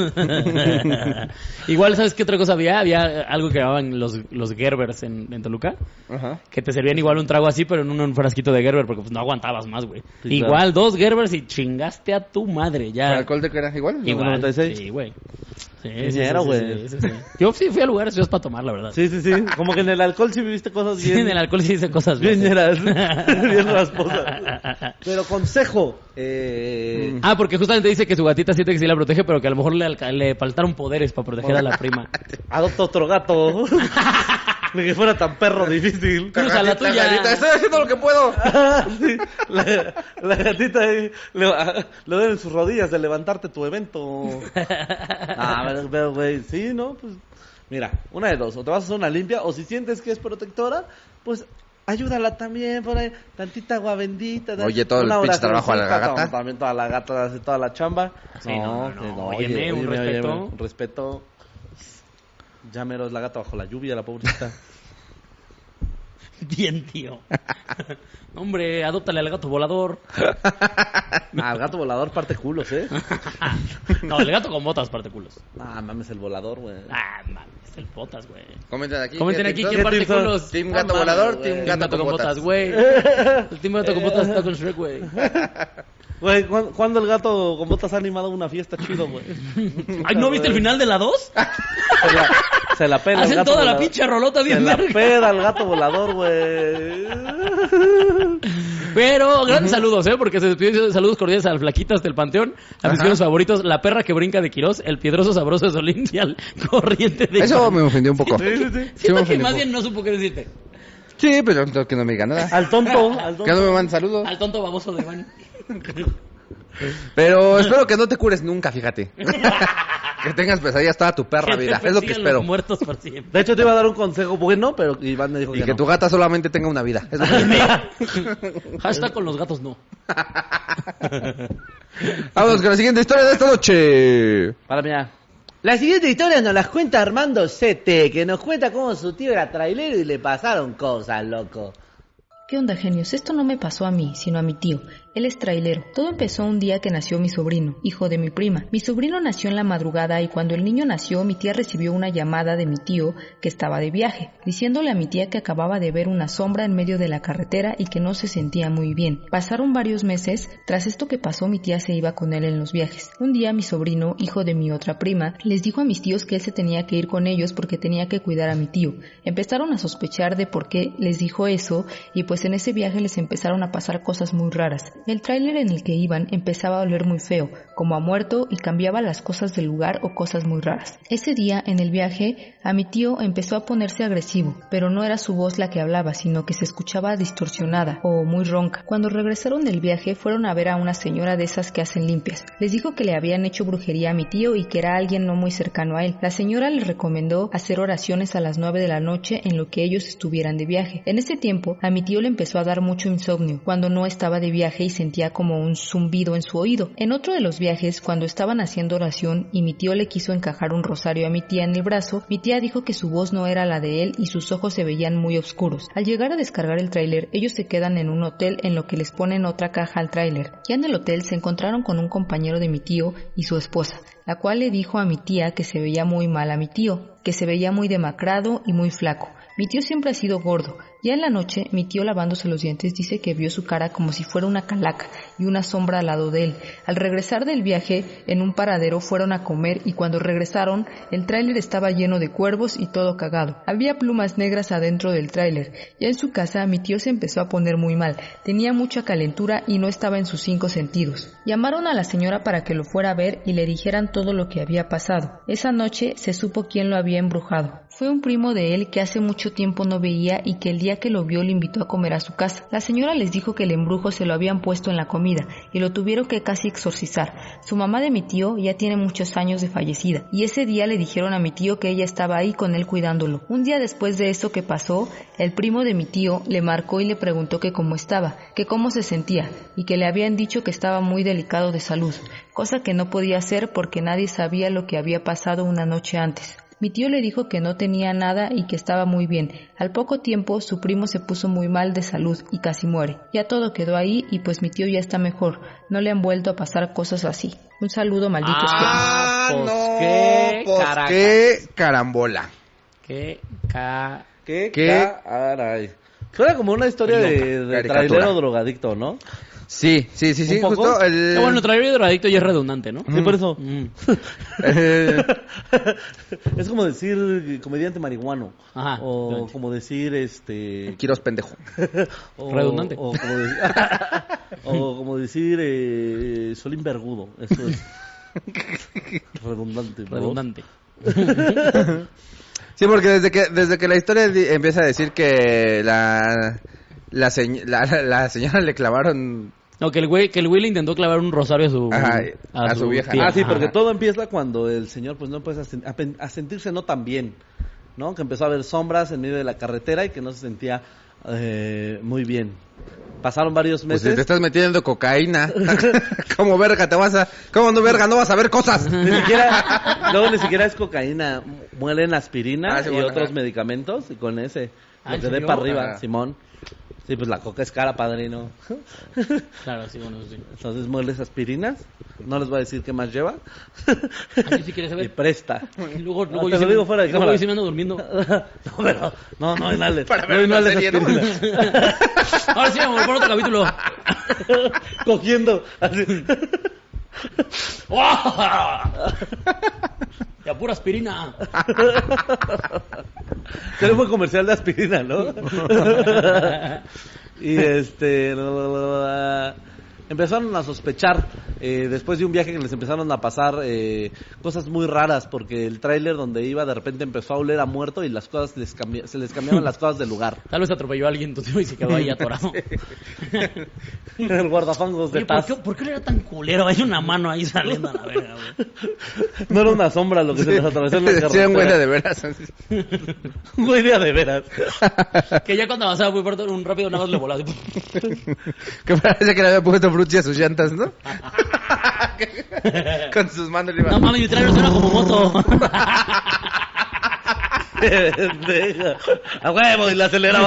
Igual, ¿sabes qué otra cosa había? Había algo que llamaban los, los Gerbers en, en Toluca. Ajá. Que te servían igual un trago así, pero en un, un frasquito de Gerber, porque pues no aguantabas más, güey. Sí, Igual, dos Gerbers y chingaste a tu madre, ya. ¿El alcohol de qué era? ¿Igual? Igual, noventa y seis? sí, güey. Sí, Qué sí, ñero, sí, güey. sí, sí, sí. Yo sí fui a lugares es para tomar, la verdad. Sí, sí, sí. Como que en el alcohol sí viviste cosas Sí, bien. en el alcohol sí dice cosas Bien feas. ñeras. Bien rasposas. Pero consejo. Eh... Ah, porque justamente dice que su gatita siente que sí la protege, pero que a lo mejor le, alca- le faltaron poderes para proteger a la prima. Adopta otro gato. Ni que fuera tan perro difícil. Cruza la Gatita, tuya. gatita, estoy haciendo lo que puedo. Ah, sí. la, la gatita ahí le, ah, le duelen sus rodillas de levantarte tu evento. Ah, pero, pero, güey, sí, ¿no? Pues, mira, una de dos. O te vas a hacer una limpia, o si sientes que es protectora, pues ayúdala también, por ahí, tantita agua bendita. Oye, todo el una pinche trabajo a la oracioncita, gata. También toda la gata hace toda la chamba. Sí, no, no, que no. Óyeme, un respeto. un respeto. Ya mero es la gata bajo la lluvia, la pobrecita. Bien, tío. Hombre, adóptale al gato volador. Ah, el gato volador parte culos, ¿eh? No, el gato con botas parte culos. Ah, mames, el volador, güey. Ah, mames, el botas, güey. Comenten aquí. Comenten ¿qué aquí team quién son? parte team son? culos. Team No gato mames, volador, güey. team Team gato, gato con botas. güey. El team gato con botas está con Shrek, güey. Güey, ¿cuándo, ¿cuándo el gato con botas ha animado una fiesta chido, güey? Ay, ¿no viste el final de la dos? Se la, se la pela el Hacen gato toda la volador. pinche rolota bien Se la verga. pela el gato volador, güey. Pero grandes saludos, ¿eh? Porque se despidió saludos cordiales al Flaquitas del Panteón, a mis Ajá. viejos favoritos, la perra que brinca de Quirós, el piedroso sabroso de Solín y al corriente de... Eso me ofendió un poco. Sí, sí, sí. Sí, me Siento que ofendió más un bien no supo qué decirte. poco. Sí, pero no- que no me diga nada. Al tonto, al Que no tonto. me manden saludos. Al tonto baboso de Van. Pero espero que no te cures nunca, fíjate. Que tengas pesadillas toda tu perra vida. Es lo que espero. Los muertos por siempre. De hecho, te iba a dar un consejo bueno, pero Iván me dijo Y que, que no. tu gata solamente tenga una vida. Es lo que Hashtag con los gatos no. Vamos con la siguiente historia de esta noche. Para mí. La siguiente historia nos la cuenta Armando Sete, que nos cuenta cómo su tío era trailero y le pasaron cosas, loco. ¿Qué onda, genios? Esto no me pasó a mí, sino a mi tío. Él es trailero. Todo empezó un día que nació mi sobrino, hijo de mi prima. Mi sobrino nació en la madrugada y cuando el niño nació, mi tía recibió una llamada de mi tío que estaba de viaje, diciéndole a mi tía que acababa de ver una sombra en medio de la carretera y que no se sentía muy bien. Pasaron varios meses. Tras esto que pasó, mi tía se iba con él en los viajes. Un día mi sobrino, hijo de mi otra prima, les dijo a mis tíos que él se tenía que ir con ellos porque tenía que cuidar a mi tío. Empezaron a sospechar de por qué les dijo eso y pues en ese viaje les empezaron a pasar cosas muy raras. El tráiler en el que iban empezaba a oler muy feo, como a muerto, y cambiaba las cosas del lugar o cosas muy raras. Ese día, en el viaje, a mi tío empezó a ponerse agresivo, pero no era su voz la que hablaba, sino que se escuchaba distorsionada o muy ronca. Cuando regresaron del viaje, fueron a ver a una señora de esas que hacen limpias. Les dijo que le habían hecho brujería a mi tío y que era alguien no muy cercano a él. La señora les recomendó hacer oraciones a las nueve de la noche en lo que ellos estuvieran de viaje. En ese tiempo, a mi tío le empezó a dar mucho insomnio cuando no estaba de viaje y sentía como un zumbido en su oído. En otro de los viajes, cuando estaban haciendo oración y mi tío le quiso encajar un rosario a mi tía en el brazo, mi tía dijo que su voz no era la de él y sus ojos se veían muy oscuros. Al llegar a descargar el tráiler, ellos se quedan en un hotel en lo que les ponen otra caja al tráiler. Ya en el hotel se encontraron con un compañero de mi tío y su esposa, la cual le dijo a mi tía que se veía muy mal a mi tío, que se veía muy demacrado y muy flaco. Mi tío siempre ha sido gordo. Ya en la noche, mi tío lavándose los dientes dice que vio su cara como si fuera una calaca y una sombra al lado de él. Al regresar del viaje, en un paradero fueron a comer y cuando regresaron, el tráiler estaba lleno de cuervos y todo cagado. Había plumas negras adentro del tráiler. Ya en su casa, mi tío se empezó a poner muy mal. Tenía mucha calentura y no estaba en sus cinco sentidos. Llamaron a la señora para que lo fuera a ver y le dijeran todo lo que había pasado. Esa noche se supo quién lo había embrujado. Fue un primo de él que hace mucho tiempo no veía y que el día que lo vio le invitó a comer a su casa. La señora les dijo que el embrujo se lo habían puesto en la comida y lo tuvieron que casi exorcizar. Su mamá de mi tío ya tiene muchos años de fallecida y ese día le dijeron a mi tío que ella estaba ahí con él cuidándolo. Un día después de eso que pasó, el primo de mi tío le marcó y le preguntó que cómo estaba, que cómo se sentía y que le habían dicho que estaba muy delicado de salud, cosa que no podía hacer porque nadie sabía lo que había pasado una noche antes. Mi tío le dijo que no tenía nada y que estaba muy bien. Al poco tiempo su primo se puso muy mal de salud y casi muere. Ya todo quedó ahí y pues mi tío ya está mejor. No le han vuelto a pasar cosas así. Un saludo, malditos. Ah, pues no, qué pues caraca. qué carambola. Qué ca... ¿Qué? ¿Qué? Caray. Suena como una historia de, de Caricatura. trailero drogadicto, ¿no? Sí, sí, sí, sí. ¿Un poco? Justo el... Qué bueno, traer drogadicto ya es redundante, ¿no? Sí, por eso. Mm. eh, Es como decir comediante marihuano. Ajá, O exactamente. como decir este. Quiros pendejo. o- Redundante. O como decir, o como decir eh, Solín Vergudo. Eso es. Redundante. ¿no? Redundante. Sí, porque desde que desde que la historia di- empieza a decir que la la, señ- la, la- la señora le clavaron... No, que el güey, que el güey le intentó clavar un rosario a su, Ajá, a su vieja. tía. Ah, sí, Ajá. porque todo empieza cuando el señor pues no empieza a, sen- a pen- a sentirse no tan bien, ¿no? Que empezó a ver sombras en medio de la carretera y que no se sentía eh, muy bien. Pasaron varios Pues meses. si te estás metiendo cocaína, ¿cómo verga te vas a... ¿Cómo no verga no vas a ver cosas? Ni siquiera, luego ni siquiera es cocaína, muelen aspirina Ah, sí, y bueno, otros ajá. medicamentos y con ese Ah, lo ¿en que dé serio? para arriba, Ah. Simón. Sí, pues la coca es cara, padrino. Claro, sí, bueno, sí. Entonces mueles aspirinas. No les voy a decir qué más lleva. Ay, sí quieres Y saber. presta. Y luego, luego No, te yo lo sí digo me- fuera de luego cámara. yo sí me ando durmiendo. No, pero, no, no inhales. Para no ver una inhales serie, ¿no? aspirinas. Ahora sí, vamos por otro capítulo. Cogiendo. Así. Y a pura aspirina. Tenemos un comercial de aspirina, ¿no? Y este... Empezaron a sospechar, eh, después de un viaje que les empezaron a pasar eh, cosas muy raras, porque el tráiler donde iba de repente empezó a oler a muerto y las cosas les cambi- se les cambiaban las cosas de lugar. Tal vez atropelló a alguien tu tío y se quedó ahí atorado. El guardafangos de Oye, ¿por Taz. qué, ¿por qué él era tan culero? Hay una mano ahí saliendo a la verga, güey. No era una sombra lo que se les atravesó en la Sí, carretera. un güey de veras. Un güey de veras. Que ya cuando avanzaba muy fuerte, un rápido nada más le volaba. así. Que parece que le había puesto frutti a sus llantas, ¿no? Con sus manos le iba. No mames, mi trailer suena como moto. Pendeja. A huevo, y la aceleraba.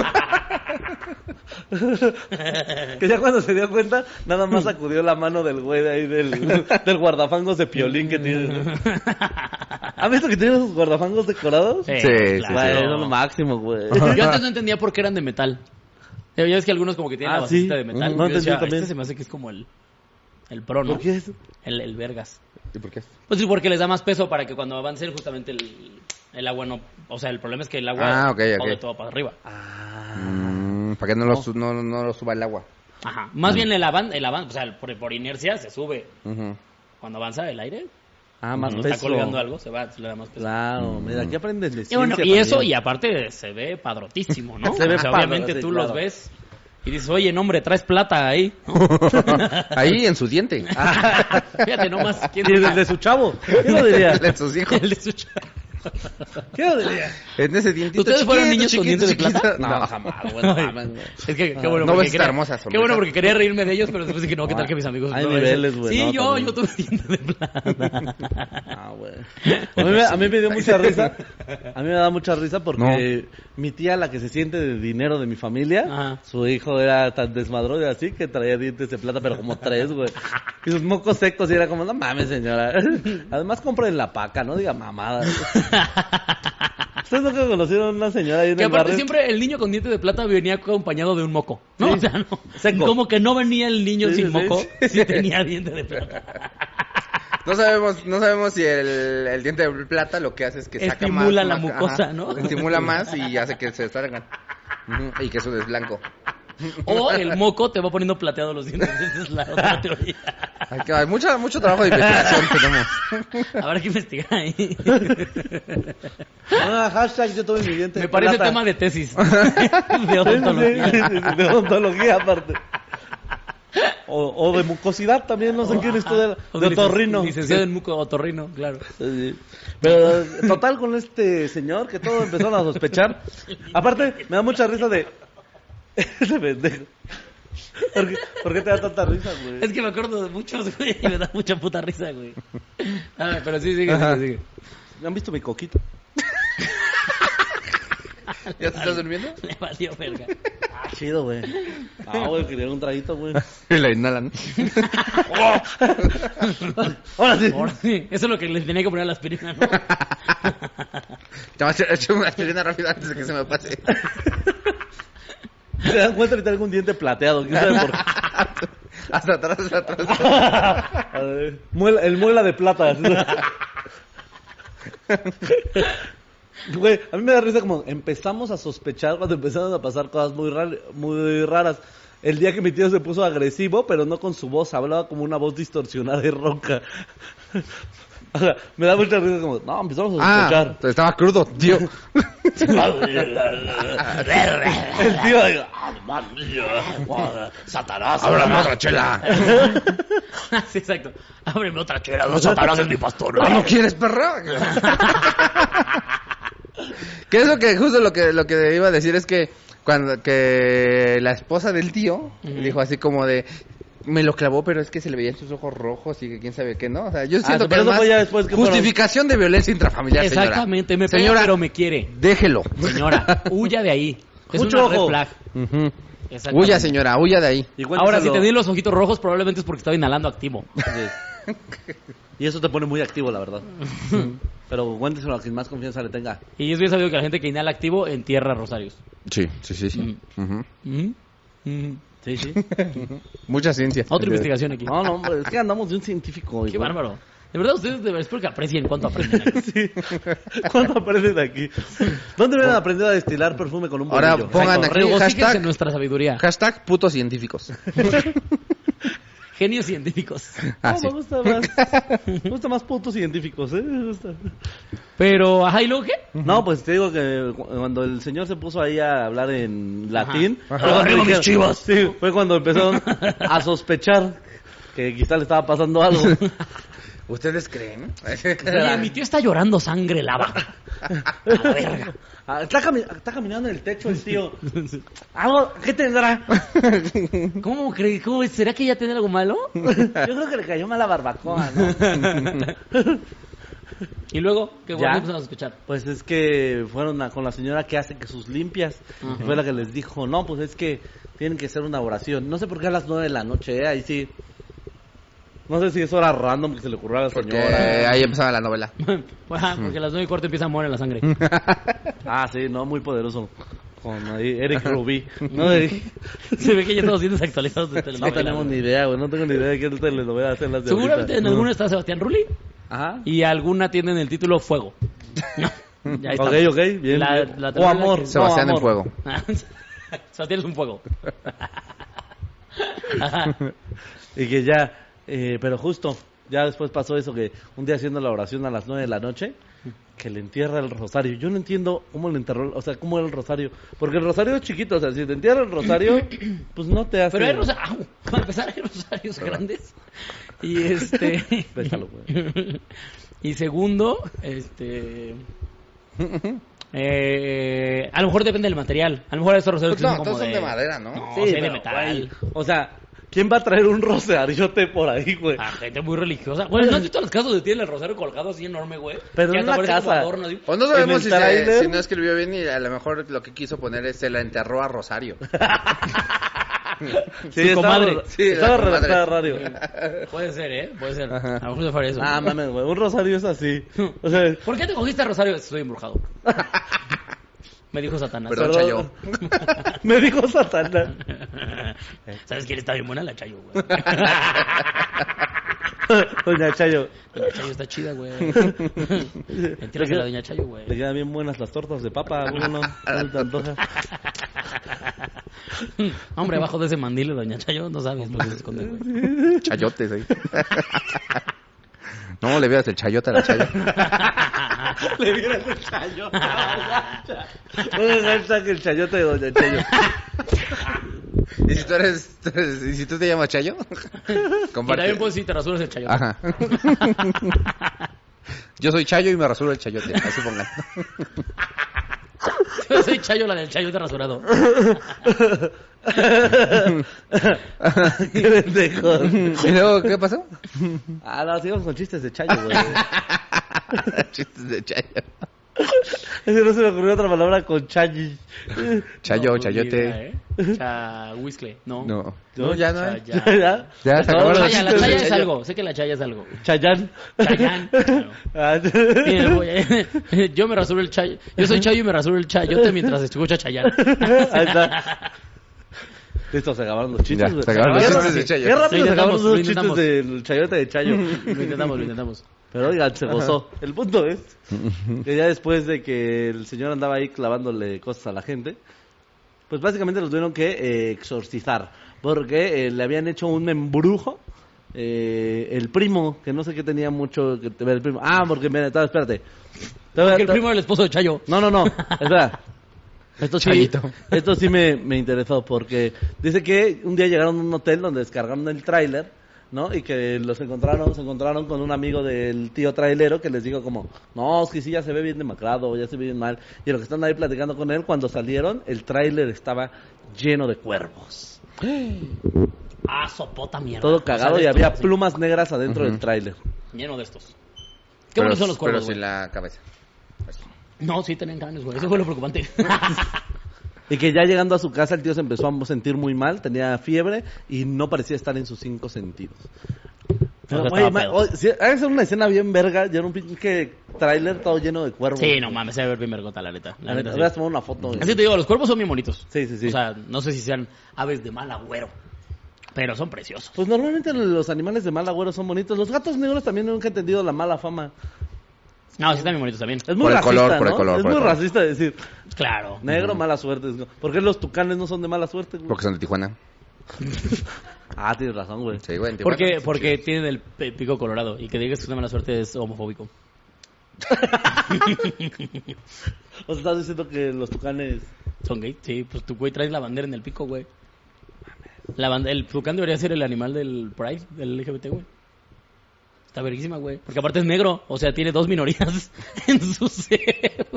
Que ya cuando se dio cuenta, nada más sacudió la mano del güey de ahí del, del guardafangos de Piolín que tiene. ¿Has visto que tiene esos guardafangos decorados? Sí, Sí, claro. Güey, eso es lo máximo, güey. Yo antes no entendía por qué eran de metal. Ya ves que algunos como que tienen Ah, la basecita sí. de metal. No Yo decía, entendí también. este se me hace que es como el, el pro, ¿no? ¿Por qué eso? El, el vergas. ¿Y por qué? Pues sí, porque les da más peso para que cuando avancen justamente el, el agua no... O sea, el problema es que el agua Ah, ok, ok. jode todo para arriba. Ah. Mm, para que no, Lo, su- no, no lo suba el agua. Ajá. Más bien el avan, el avan, o sea, por, por inercia se sube. Ujú. Cuando avanza el aire, Ah, más cuando peso. está colgando algo, se va, se le da más peso. Claro, mira, aquí aprendes de Y bueno, ciencia y eso, también. y aparte se ve padrotísimo, ¿no? Se ve O sea, padro, obviamente sí, tú claro. los ves y dices, oye, no, hombre, traes plata ahí. ¿no? Ahí en su diente. Fíjate nomás. ¿Quién Y desde su chavo. ¿Qué lo diría? En sus hijos. El de su cha- ¿Qué lo diría? En ese dientito. ¿Ustedes fueron chiquito, niños con chiquito, dientes de chiquito. plata? No, No, jamás, güey. No, mames, güey. Es que, qué bueno, No porque ves esta quería, hermosa qué sonrisa. bueno porque quería reírme de ellos, pero después dije, no, ¿qué tal que mis amigos? Hay no, niveles, güey, Sí, no, yo, también. yo tuve dientes de plata. Ah, güey. A mí, me, a mí me dio mucha risa. A mí me da mucha risa porque mi tía, la que se siente de dinero de mi familia, Ajá. su hijo era tan desmadroso así que traía dientes de plata, pero como tres, güey. Y sus mocos secos y era como, no mames, señora. Además, compren la paca, no diga mamadas. ¿Ustedes nunca conocieron a una señora ahí en Que el aparte barrio? siempre el niño con dientes de plata venía acompañado de un moco, ¿no? Sí. O sea, no. Seco. Como que no venía el niño Sí, sin sí, moco, sí. sí tenía dientes de plata. No sabemos, no sabemos si el, el diente de plata lo que hace es que saca más. Estimula la más- mucosa, ajá, ¿no? Estimula más y hace que se salgan. Ujú, y que eso es blanco. O el moco te va poniendo plateado los dientes. Esa es la otra teoría. Hay, que- hay mucho, mucho trabajo de investigación tenemos. Habrá que investigar ahí. Ah, hashtag yo tuve mi diente Me de parece plata. tema de tesis. De odontología. Sí, sí, sí, de odontología aparte. O, o de mucosidad también, no sé quién estudia. O De lic- otorrino. Licenciado en muco otorrino, claro. Sí. Pero total con este señor que todos empezaron a sospechar. Aparte, me da mucha risa de... Ese pendejo. ¿Por qué, por qué te da tanta risa, güey? Es que me acuerdo de muchos, güey, y me da mucha puta risa, güey. Ah, pero sí, sigue, Ajá. sigue, sigue. ¿Han visto mi coquito? ¿Ya te estás durmiendo? Le valió verga. Ah, chido, güey. Ah, güey, quería un traguito, güey. Y la inhalan. Ahora sí. Ahora sí, eso es lo que le tenía que poner a la aspirina, ¿no? Ya me he hecho una aspirina rápida antes de que se me pase. Se dan cuenta que tengo un diente plateado. ¿Quién sabe por qué? Hasta atrás, hasta atrás. A ver, muela- el muela de plata. Güey, a mí me da risa como empezamos a sospechar cuando empezaron a pasar cosas muy, rar- muy raras. El día que mi tío se puso agresivo, pero no con su voz, hablaba como una voz distorsionada y ronca. O sea, me da mucha risa como, no, empezamos a Ah, sospechar. estaba crudo, tío. El tío, digo, Satanás. Ábrame otra chela. Sí, exacto. Ábreme otra chela, no Satanás es mi pastor. ¿Ah, no quieres, perra? Que es lo que, justo lo que, lo que iba a decir es que cuando, que la esposa del tío Ujú. dijo así como de, me lo clavó, pero es que se le veían sus ojos rojos y que quién sabe qué, ¿no? O sea, yo siento sí, que pero es eso más fue ya después que justificación de violencia intrafamiliar, señora. Exactamente, me pega Señora, pero me quiere. déjelo. Señora, huya de ahí. Es Mucho una red ojo. flag. Ujú. Exactamente. Huya, señora, huya de ahí. Y Ahora, si cuéntaselo- tenés los ojitos rojos, probablemente es porque estaba inhalando activo. Sí. Y eso te pone muy activo, la verdad. Pero cuénteselo a quien más confianza le tenga. Y es bien sabido que la gente que inhala activo entierra rosarios. Sí, sí, sí, sí. Ujú. ¿Mm? ¿Mm? Sí, sí. Mucha ciencia. Otra investigación aquí. No, no, hombre, es que andamos de un científico. Qué igual. bárbaro. De verdad, ustedes de- espero que aprecien cuánto aprenden aquí. Sí. ¿Cuándo aprenden aquí? ¿Dónde hubieran aprendido a destilar perfume con un Ahora bolillo? pongan aquí Regocíjense en hashtag, nuestra sabiduría. hashtag putos científicos. Genios científicos. Ah, No, sí. me gusta más. Me gusta más putos científicos, ¿eh? Me gusta. Pero, ajá, ¿y luego qué? No, pues te digo que cu- cuando el señor se puso ahí a hablar en latín, Ajá. fue cuando Arriba mis dijeron- chivas. Sí, fue cuando empezaron a sospechar que quizá le estaba pasando algo. ¿Ustedes creen? Oye, mi tío está llorando sangre lava. A la verga. Ah, está, cami- está caminando en el techo el tío. ¿Algo? ¿Qué tendrá? ¿Cómo crees? ¿Cómo es? ¿Será que ya tiene algo malo? Yo creo que le cayó mal la barbacoa, ¿no? Y luego, ¿qué ¿Ya? bueno empezaron a sospechar? Pues es que fueron a- con la señora que hace que sus limpias. Ajá. Y fue la que les dijo, no, pues es que tienen que hacer una oración. No sé por qué a las nueve de la noche, ¿eh? Ahí sí. No sé si es hora random que se le ocurrió a la Porque señora. ahí empezaba la novela. Pues, ajá, porque a las nueve y cuarto empieza a morir la sangre. Ah, sí, no, muy poderoso. Con ahí Eric Rubí. No, Eric. Se ve que ya estamos siendo actualizados de No telenovela. tenemos ni idea, güey. No tengo ni idea de qué telenovela hacen las de Seguramente ahorita. en alguna está Sebastián Rulli Ajá. y alguna tiene en el título Fuego. No, ya Ok, estamos. ok, bien. La- bien. la o telenovela amor. que- no, Sebastián en amor. fuego. Sebastián es un fuego. Ajá. Y que ya, eh, pero justo, ya después pasó eso que un día haciendo la oración a las nueve de la noche, que le entierra el rosario. Yo no entiendo cómo le enterró, o sea, cómo era el rosario. Porque el rosario es chiquito, o sea, si te entierra el rosario, pues no te hace... Pero hay rosarios, para empezar, hay rosarios grandes. Y este. Déjalo, güey. Y segundo, este. Eh, a lo mejor depende del material. A lo mejor estos rosarios Pues que no, son como todos son de madera, ¿no? No, Sí, sí, de pero, metal. güey, o sea, ¿quién va a traer un rosariote por ahí, güey? A gente muy religiosa. Bueno, ¿no has visto los casos de tienen el rosario colgado así enorme, güey? Pero Que en hasta una parece como casa. adorno, así. O no En sabemos el si, se- tráiler. si no escribió bien y a lo mejor lo que quiso poner es se la enterró a Rosario. Sí, Su estaba, comadre. sí, Sí, estaba la comadre. redactada radio. Puede ser, ¿eh? Puede ser. Ajá. A lo mejor se faría eso. Ah, mames, güey, un rosario es así. O sea, ¿Por qué te cogiste a rosario? Estoy embrujado. Me dijo Satanás. Perdón, Perdón. Chayo. me dijo Satanás. ¿Sabes quién está bien buena? La Chayo, güey. Doña Chayo. La Chayo está chida, güey. Entiendes la Doña Chayo, güey. Le quedan bien buenas las tortas de papa, ¿cómo no? No se te antoja. Hombre, abajo de ese mandil de Doña Chayo no sabes lo que se esconde, güey. Chayotes ahí. No le veas el chayote a la Chayo. Le vieras el chayo. Un hashtag el chayote de Doña Chayo. ¿Y si tú eres, tú eres- y si tú te llamas Chayo? Y Comparte. también puedes decir, te rasuras el chayote. Ajá. Yo soy Chayo y me rasuro el chayote. Así pongan. Yo soy Chayo, la del chayote rasurado. Qué pendejo. ¿Y luego qué pasó? Ah, no, sigamos con chistes de chayo, güey. Chistes de Chayo. Es que no se me ocurrió otra palabra con chayi. Chayo, No, chayote. ni idea, ¿eh? Cha... Whistle, no. No. No, ya no hay. Chaya. ¿Ya? Ya se No, acabaron Chaya, los la chistes de chaya es Chayo. algo. Sé que la chaya es algo. Chayán. Chayán. Claro. Ah, Mira, voy- yo me rasuro el chayo. Yo soy chayo y me rasuro el chayote mientras escucho a Chayán. Ahí está. Listo, se acabaron los chistes. Ya, güey. se acabaron los Qué chistes rápido- de Chayo. Qué rápido Lo se acabaron intentamos, los lo chistes intentamos. del chayote de Chayo. Lo intentamos, lo intentamos. Pero oigan, se gozó. El punto es que ya después de que el señor andaba ahí clavándole cosas a la gente, pues básicamente los tuvieron que eh, exorcizar. Porque eh, le habían hecho un embrujo. Eh, el primo, que no sé qué tenía mucho que ver el primo. Ah, porque mira, estaba, espérate. Estaba- Que el primo del esposo de Chayo. No, no, no. Espera. Esto sí, Chayito. esto sí me, me interesó porque dice que un día llegaron a un hotel donde descargaron el tráiler, ¿no? Y que los encontraron, se encontraron con un amigo del tío trailero que les dijo como, no, es que sí, ya se ve bien demacrado, ya se ve bien mal. Y lo que están ahí platicando con él, cuando salieron, el tráiler estaba lleno de cuervos. Ah, sopota mierda. Todo O sea, cagado de y estos, había así, plumas negras adentro Ujú. del tráiler. Lleno de estos. Qué Pero, buenos son los pero cuervos, sin güey. la cabeza. No, sí tenían canes, güey. Eso fue lo preocupante. Y que ya llegando a su casa el tío se empezó a sentir muy mal, tenía fiebre y no parecía estar en sus cinco sentidos. Pero, O sea, güey, estaba ma- pedo. oye, sí, hay que hacer una escena bien verga, ya era un pinche tráiler todo lleno de cuervos. Sí, no mames, se va a ver bien vergota, la neta. La La neta, neta, sí. voy a tomar una foto. güey. Así te digo, los cuervos son bien bonitos. Sí, sí, sí. O sea, no sé si sean aves de mal agüero, pero son preciosos. Pues normalmente los animales de mal agüero son bonitos. Los gatos negros también nunca he entendido la mala fama. No, sí están bien bonitos también. Es muy Por el racista, color, por el ¿no? color, Es por el muy color. racista decir Claro. negro, mala suerte. ¿Por qué los tucanes no son de mala suerte, güey? Porque son de Tijuana. Ah, tienes razón, güey. Sí, güey, en Tijuana. Porque, porque tienen el pe- pico colorado y que digas que es una mala suerte es homofóbico. O sea, estás diciendo que los tucanes... ¿Son gay? Sí, pues tu güey traes la bandera en el pico, güey. La band- el tucán debería ser el animal del Pride, del L G B T, güey. Está verguísima, güey. Porque aparte es negro, o sea, tiene dos minorías en su ser.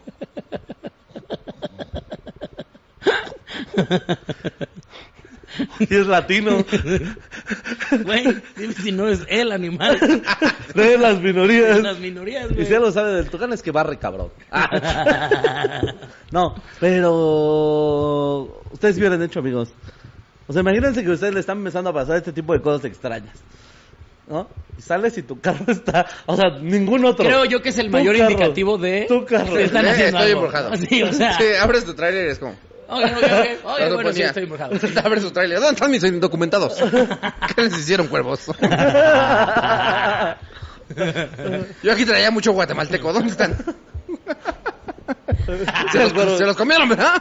Y es latino. Güey, dime si no es el animal. De las minorías. Las minorías, Y güey. si algo sabe del tucán es que barre, cabrón. Ah. No, pero... Ustedes hubieran hecho, amigos. O sea, imagínense que ustedes le están empezando a pasar este tipo de cosas extrañas. ¿No? Y sales y tu carro está... O sea, ningún otro. Creo yo que es el Tu mayor carro. indicativo de... Tu carro. que están Eh, haciendo estoy algo. embrujado. Sí, o sea... Sí, abres tu tráiler y es como... Oye, oye, oye, oye, Todo bueno, sí, ponía, estoy embrujado. Abre su tráiler. ¿Dónde están mis indocumentados? ¿Qué les hicieron, cuervos? Yo aquí traía mucho guatemalteco. ¿Dónde están? Se los, se los comieron, ¿verdad?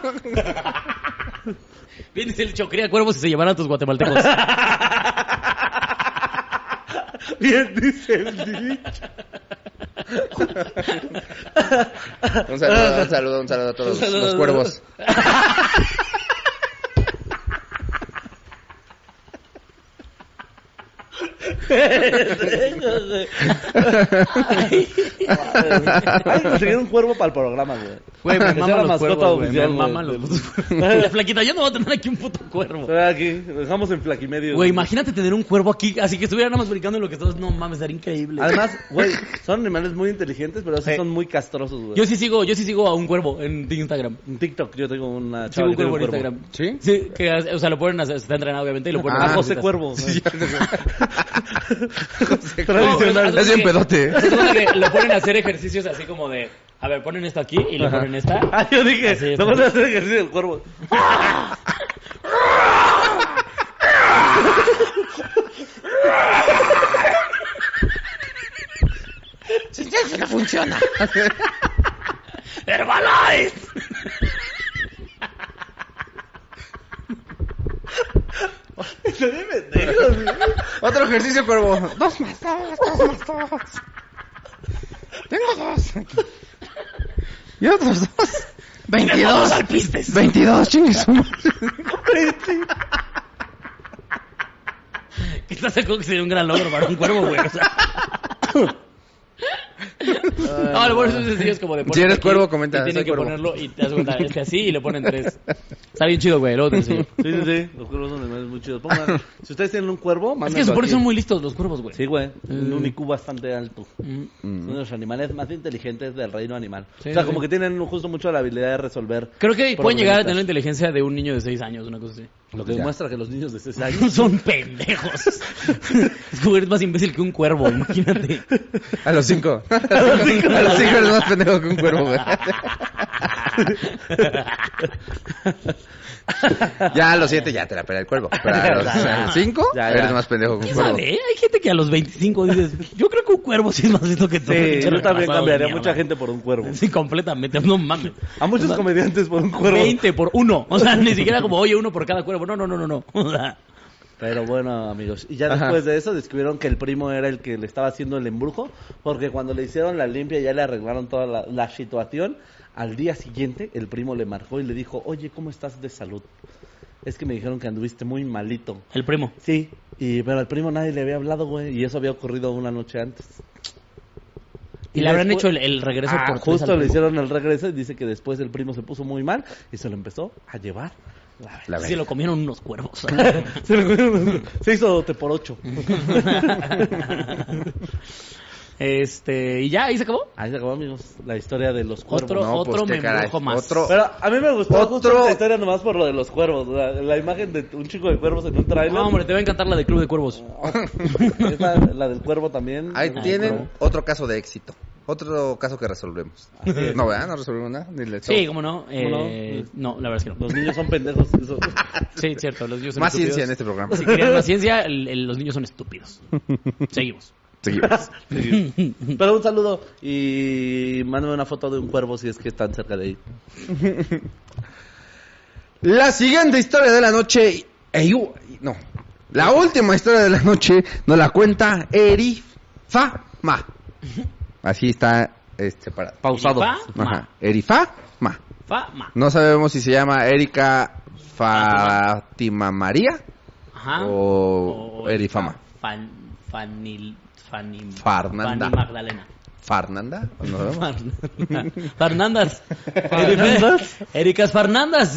Vienes el chocría cuervos y se llevarán a tus guatemaltecos. Bien dice el dicho. Un saludo, un saludo, un saludo a todos los cuervos. Hay que conseguir un cuervo para el programa, güey. Güey, me Que sea maman la los mascota cuervos, güey. oficial, Me güey. maman los putos cuervos. La flaquita, yo no voy a tener aquí un puto cuervo. Pero aquí, lo dejamos en flaquimedio. Güey, imagínate tener un cuervo aquí, así que estuviera nada más brincando en lo que todos... No mames, sería increíble. Además, güey, son animales muy inteligentes, pero sí Sí. son muy castrosos, güey. Yo sí sigo, yo sí sigo a un cuervo en Instagram. En TikTok yo tengo una Sigo chava un que tiene cuervo en Instagram. ¿Sí? Sí, que, o sea, lo ponen, a- está entrenado obviamente y lo ponen Ah, a José cositas. Cuervo. Sí, ya sé. José Tradicional. No, Es bien pedote. Se supone que lo ponen a hacer ejercicios así como de... A ver, ponen esto aquí y le ponen esta. Ah, yo dije, Así es. no vas a hacer ejercicio del cuervo. Eso no funciona. ¡Herbalife! Se ve pendejo, güey. Otro ejercicio, cuervo. Dos más dos, dos más dos. Tengo dos. Y otros dos. Veintidós. alpistes! Veintidós, chingues. Que estás seguro que sería un gran logro para un cuervo, güey. O sea. No, lo bueno es sencillo, es como de Si eres aquí cuervo, comenta, y tienen soy que cuervo. ponerlo y te das cuenta, este así y le ponen tres. Está bien chido, güey, luego te enseño. Sí, sí, sí. Los cuervos son animales muy chidos. Pongan, si ustedes tienen un cuervo, Es mándenlo que se supone que aquí. son muy listos los cuervos, güey. Sí, güey. Un Mm. I Q bastante alto. Mm. Son los animales más inteligentes del reino animal. Sí, o sea, sí. como que tienen justo mucho la habilidad de resolver. Creo que pueden llegar a tener la problemitas. inteligencia de un niño de seis años, una cosa así. Lo que Ya. demuestra que los niños de seis años Son pendejos. Es como eres más imbécil que un cuervo, imagínate. A los cinco. A los cinco, a los cinco eres más pendejo que un cuervo, güey. Ya a los siete ya te la pela el cuervo. Pero a los, a los cinco Ya, ya. eres más pendejo que un ¿Quién cuervo. sabe? eh? Hay gente que a los veinticinco dices, yo creo que un cuervo sí es más listo que tú. Sí, pinche yo también retrasado cambiaría de a mierda. mucha gente por un cuervo. Sí, completamente, no mames. A muchos comediantes por un cuervo. veinte por uno. O sea, ni siquiera como, oye, uno por cada cuervo. No, no, no, no, no. O sea, Pero bueno, amigos, y ya Ajá. después de eso descubrieron que el primo era el que le estaba haciendo el embrujo, porque cuando le hicieron la limpia ya le arreglaron toda la, la situación. Al día siguiente el primo le marcó y le dijo, oye, ¿cómo estás de salud? Es que me dijeron que anduviste muy malito. el primo. Sí, y, pero al primo nadie le había hablado, güey, y eso había ocurrido una noche antes. Y le habrán después- hecho el, el regreso Ah, por tres justo al le primo. hicieron el regreso y dice que después el primo se puso muy mal y se lo empezó a llevar. La La Se lo comieron unos cuervos. se, lo- se hizo te por ocho. Este, y ya, ahí se acabó. Ahí se acabó, amigos, la historia de los cuervos. Otro, No, otro pues, qué me caray. embrujo más. Otro- Pero a mí me gustó Otro- justo esta historia nomás por lo de los cuervos. La, la imagen de un chico de cuervos en un trailer. No, hombre, te va a encantar la de Club de Cuervos. Esa, la del cuervo también. Ahí Ay, tienen cuervo. otro caso de éxito. Otro caso que resolvemos. No, ¿verdad? No resolvemos nada. Ni le Sí, cómo no. Eh, no, la verdad es que no. Los niños son pendejos. Eso. Sí, cierto, los niños son Más estúpidos. ciencia en este programa. Si querían más ciencia, el- el- los niños son estúpidos. Seguimos. Seguimos. Pero un saludo y mándame una foto de un cuervo si es que están cerca de ahí. La siguiente historia de la noche. Eyu- no. La última historia de la noche nos la cuenta Erifama. Así está este, separado. Pausado. Fa, ma. Ajá. Erifama. Fa, ma. No sabemos si se llama Erika Fátima María Ajá. o Erifama. Fan, fanil, fanim, Fernanda. Fanny Magdalena. ¿Fernanda? No sabemos. Fernandas. Fernandas. Ericas Fernandas.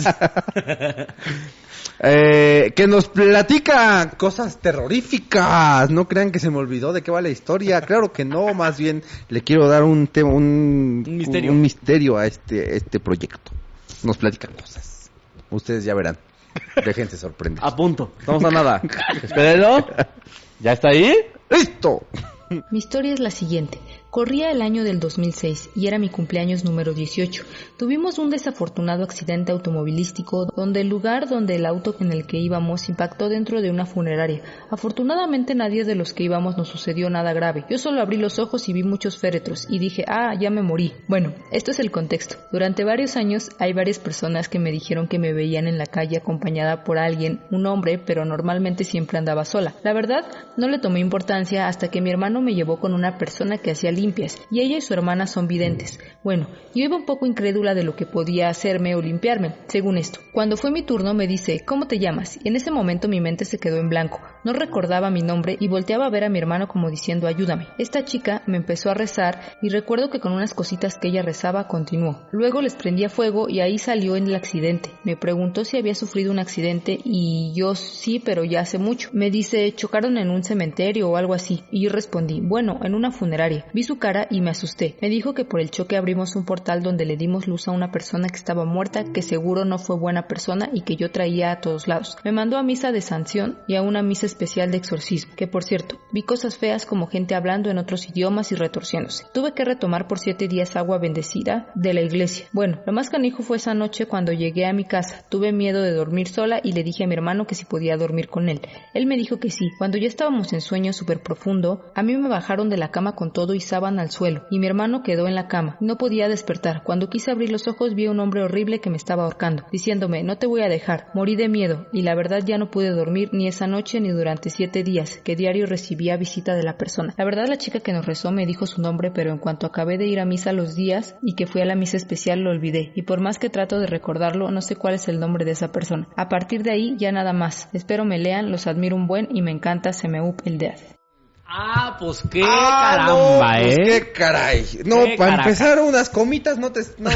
Eh, que nos platica cosas terroríficas. No crean que se me olvidó de qué va la historia. Claro que no, más bien le quiero dar un tema, un, Un misterio. un misterio a este, este proyecto. Nos platica cosas. Ustedes ya verán. Déjense sorprender. A punto. Estamos a nada. Espérenlo. ¿Ya está ahí? ¡Listo! Mi historia es la siguiente. Corría el año del dos mil seis y era mi cumpleaños número dieciocho. Tuvimos un desafortunado accidente automovilístico donde el lugar donde el auto en el que íbamos impactó dentro de una funeraria. Afortunadamente nadie de los que íbamos nos sucedió nada grave. Yo solo abrí los ojos y vi muchos féretros y dije, ah, ya me morí. Bueno, esto es el contexto. Durante varios años hay varias personas que me dijeron que me veían en la calle acompañada por alguien, un hombre, pero normalmente siempre andaba sola. La verdad, no le tomé importancia hasta que mi hermano me llevó con una persona que hacía limpias y ella y su hermana son videntes. Bueno, yo iba un poco incrédula de lo que podía hacerme o limpiarme, según esto. Cuando fue mi turno me dice, ¿cómo te llamas? Y en ese momento mi mente se quedó en blanco. No recordaba mi nombre y volteaba a ver a mi hermano como diciendo ayúdame. Esta chica me empezó a rezar y recuerdo que con unas cositas que ella rezaba continuó. Luego les prendía fuego y ahí salió en el accidente. Me preguntó si había sufrido un accidente y yo sí, pero ya hace mucho. Me dice, chocaron en un cementerio o algo así. Y yo respondí, bueno, en una funeraria. Vi su cara y me asusté. Me dijo que por el choque abrimos un portal donde le dimos luz a una persona que estaba muerta, que seguro no fue buena persona y que yo traía a todos lados. Me mandó a misa de sanción y a una misa especial de exorcismo, que por cierto, vi cosas feas como gente hablando en otros idiomas y retorciéndose. Tuve que retomar por siete días agua bendecida de la iglesia. Bueno, lo más canijo fue esa noche cuando llegué a mi casa. Tuve miedo de dormir sola y le dije a mi hermano que si podía dormir con él. Él me dijo que sí. Cuando ya estábamos en sueño súper profundo, a mí me bajaron de la cama con todo y sábana al suelo, y mi hermano quedó en la cama. No podía despertar. Cuando quise abrir los ojos vi a un hombre horrible que me estaba ahorcando, diciéndome, no te voy a dejar. Morí de miedo, y la verdad ya no pude dormir ni esa noche ni durante siete días, que diario recibía visita de la persona. La verdad la chica que nos rezó me dijo su nombre, pero en cuanto acabé de ir a misa los días y que fui a la misa especial lo olvidé, y por más que trato de recordarlo, no sé cuál es el nombre de esa persona. A partir de ahí ya nada más. Espero me lean, los admiro un buen y me encanta Se me up el death. Ah, pues qué Ah, caramba, no, pues ¿eh? qué caray. No, Qué para caraca. empezar, unas comitas no te, no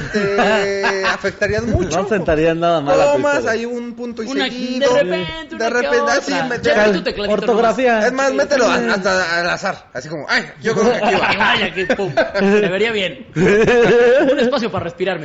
te afectarían mucho. No sentarían nada mal a tu Tomas historia. ahí un punto y Una, seguido. de repente, de una que repente, otra. así, me- Ya ya- tu tecladito Ortografía. Es más, mételo a- hasta al azar. Así como, ay, yo creo que aquí nomás. va. Ay, aquí, pum. Me vería bien. Un espacio para respirarme.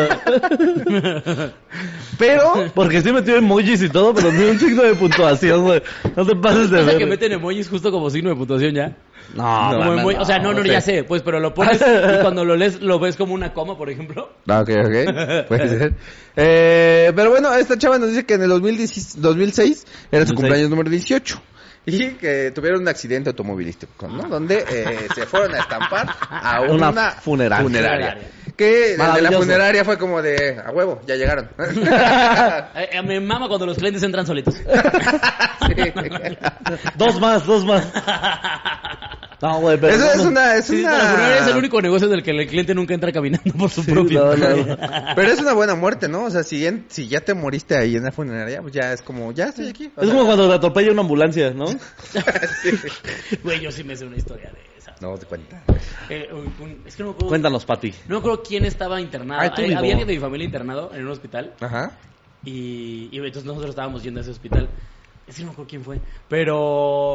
Pero, Porque sí metió emojis y todo, pero ni un signo de puntuación, güey. No te pases de O sea, ver. que meten emojis justo como signo de puntuación ya. No, Como mames, emoji- no, o sea, no, no, sé. ya sé, pues, pero lo pones y cuando lo lees lo ves como una coma, por ejemplo. Ah, ok, ok, puede ser. Eh, pero bueno, esta chava nos dice que en el dos mil diez dos mil seis era su dos mil seis. cumpleaños número dieciocho. Y que tuvieron un accidente automovilístico, ¿no? Donde eh, se fueron a estampar a una, Una funeraria. funeraria. Que desde la Maravilloso. funeraria fue como de, a huevo, ya llegaron. Eh, eh, me mama cuando los clientes entran solitos. Sí. Dos más, dos más. No, güey, pero... Eso no, es no. una, es Sí, una... la funeraria es el único negocio en el que el cliente nunca entra caminando por su Sí, propio. no, no. Pero es una buena muerte, ¿no? O sea, si, en- si ya te moriste ahí en la funeraria, pues ya es como, ya estoy aquí. O Es sea, como cuando te atropella una ambulancia, ¿no? Güey, yo sí me sé una historia de esa. No, te cuenta. Eh, un- un- es que no me acuerdo. Cuéntanos, Pati. No me acuerdo quién estaba internado. Ay, tú, Hay- vivo. había alguien de mi familia internado en un hospital. Ajá. Y, y entonces nosotros estábamos yendo a ese hospital. Es que no me acuerdo quién fue. Pero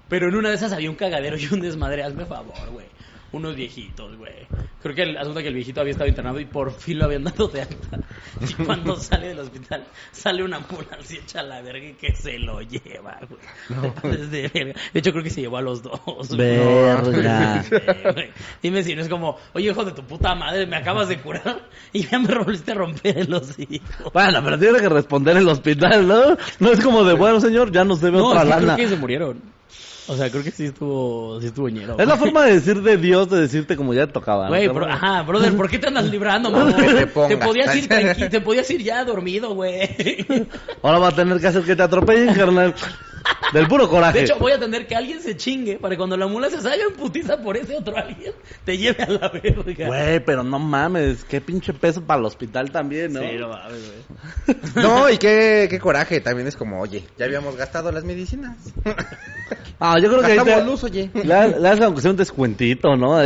Pero en una de esas había un cagadero y un desmadre. Hazme favor, güey. Unos viejitos, güey. Creo que el asunto que el viejito había estado internado y por fin lo habían dado de alta. Y cuando sale del hospital, sale una ambulancia hecha a la verga y que se lo lleva, güey. No. De, de hecho, creo que se llevó a los dos. Verga. Güey. Dime si no es como, oye, hijo de tu puta madre, me acabas de curar y ya me volviste a romper el hocico. Bueno, pero tiene que responder en el hospital, ¿no? No es como de, bueno, señor, ya nos debe No, otra sí, lana. creo que se murieron. O sea, creo que sí estuvo, sí estuvo ñero. Es la forma de decir de Dios, de decirte como ya tocaba. Güey, ¿no? bro, ajá, brother, ¿por qué te andas librando, mamá? Que te Te pongas. podías ir tranqui- te podías ir ya dormido, güey. Ahora va a tener que hacer que te atropellen, carnal. Del puro coraje. De hecho, voy a tener que alguien se chingue para que cuando la mula se salga en putiza por ese otro alguien, te lleve a la verga. Güey, pero no mames, qué pinche peso para el hospital también, ¿no? Sí, no mames, güey. No, y qué, qué coraje. También es como, oye, ya habíamos gastado las medicinas. Ah, yo creo que ahí Gastamos te- luz, oye. Le, le haces aunque sea un descuentito, ¿no?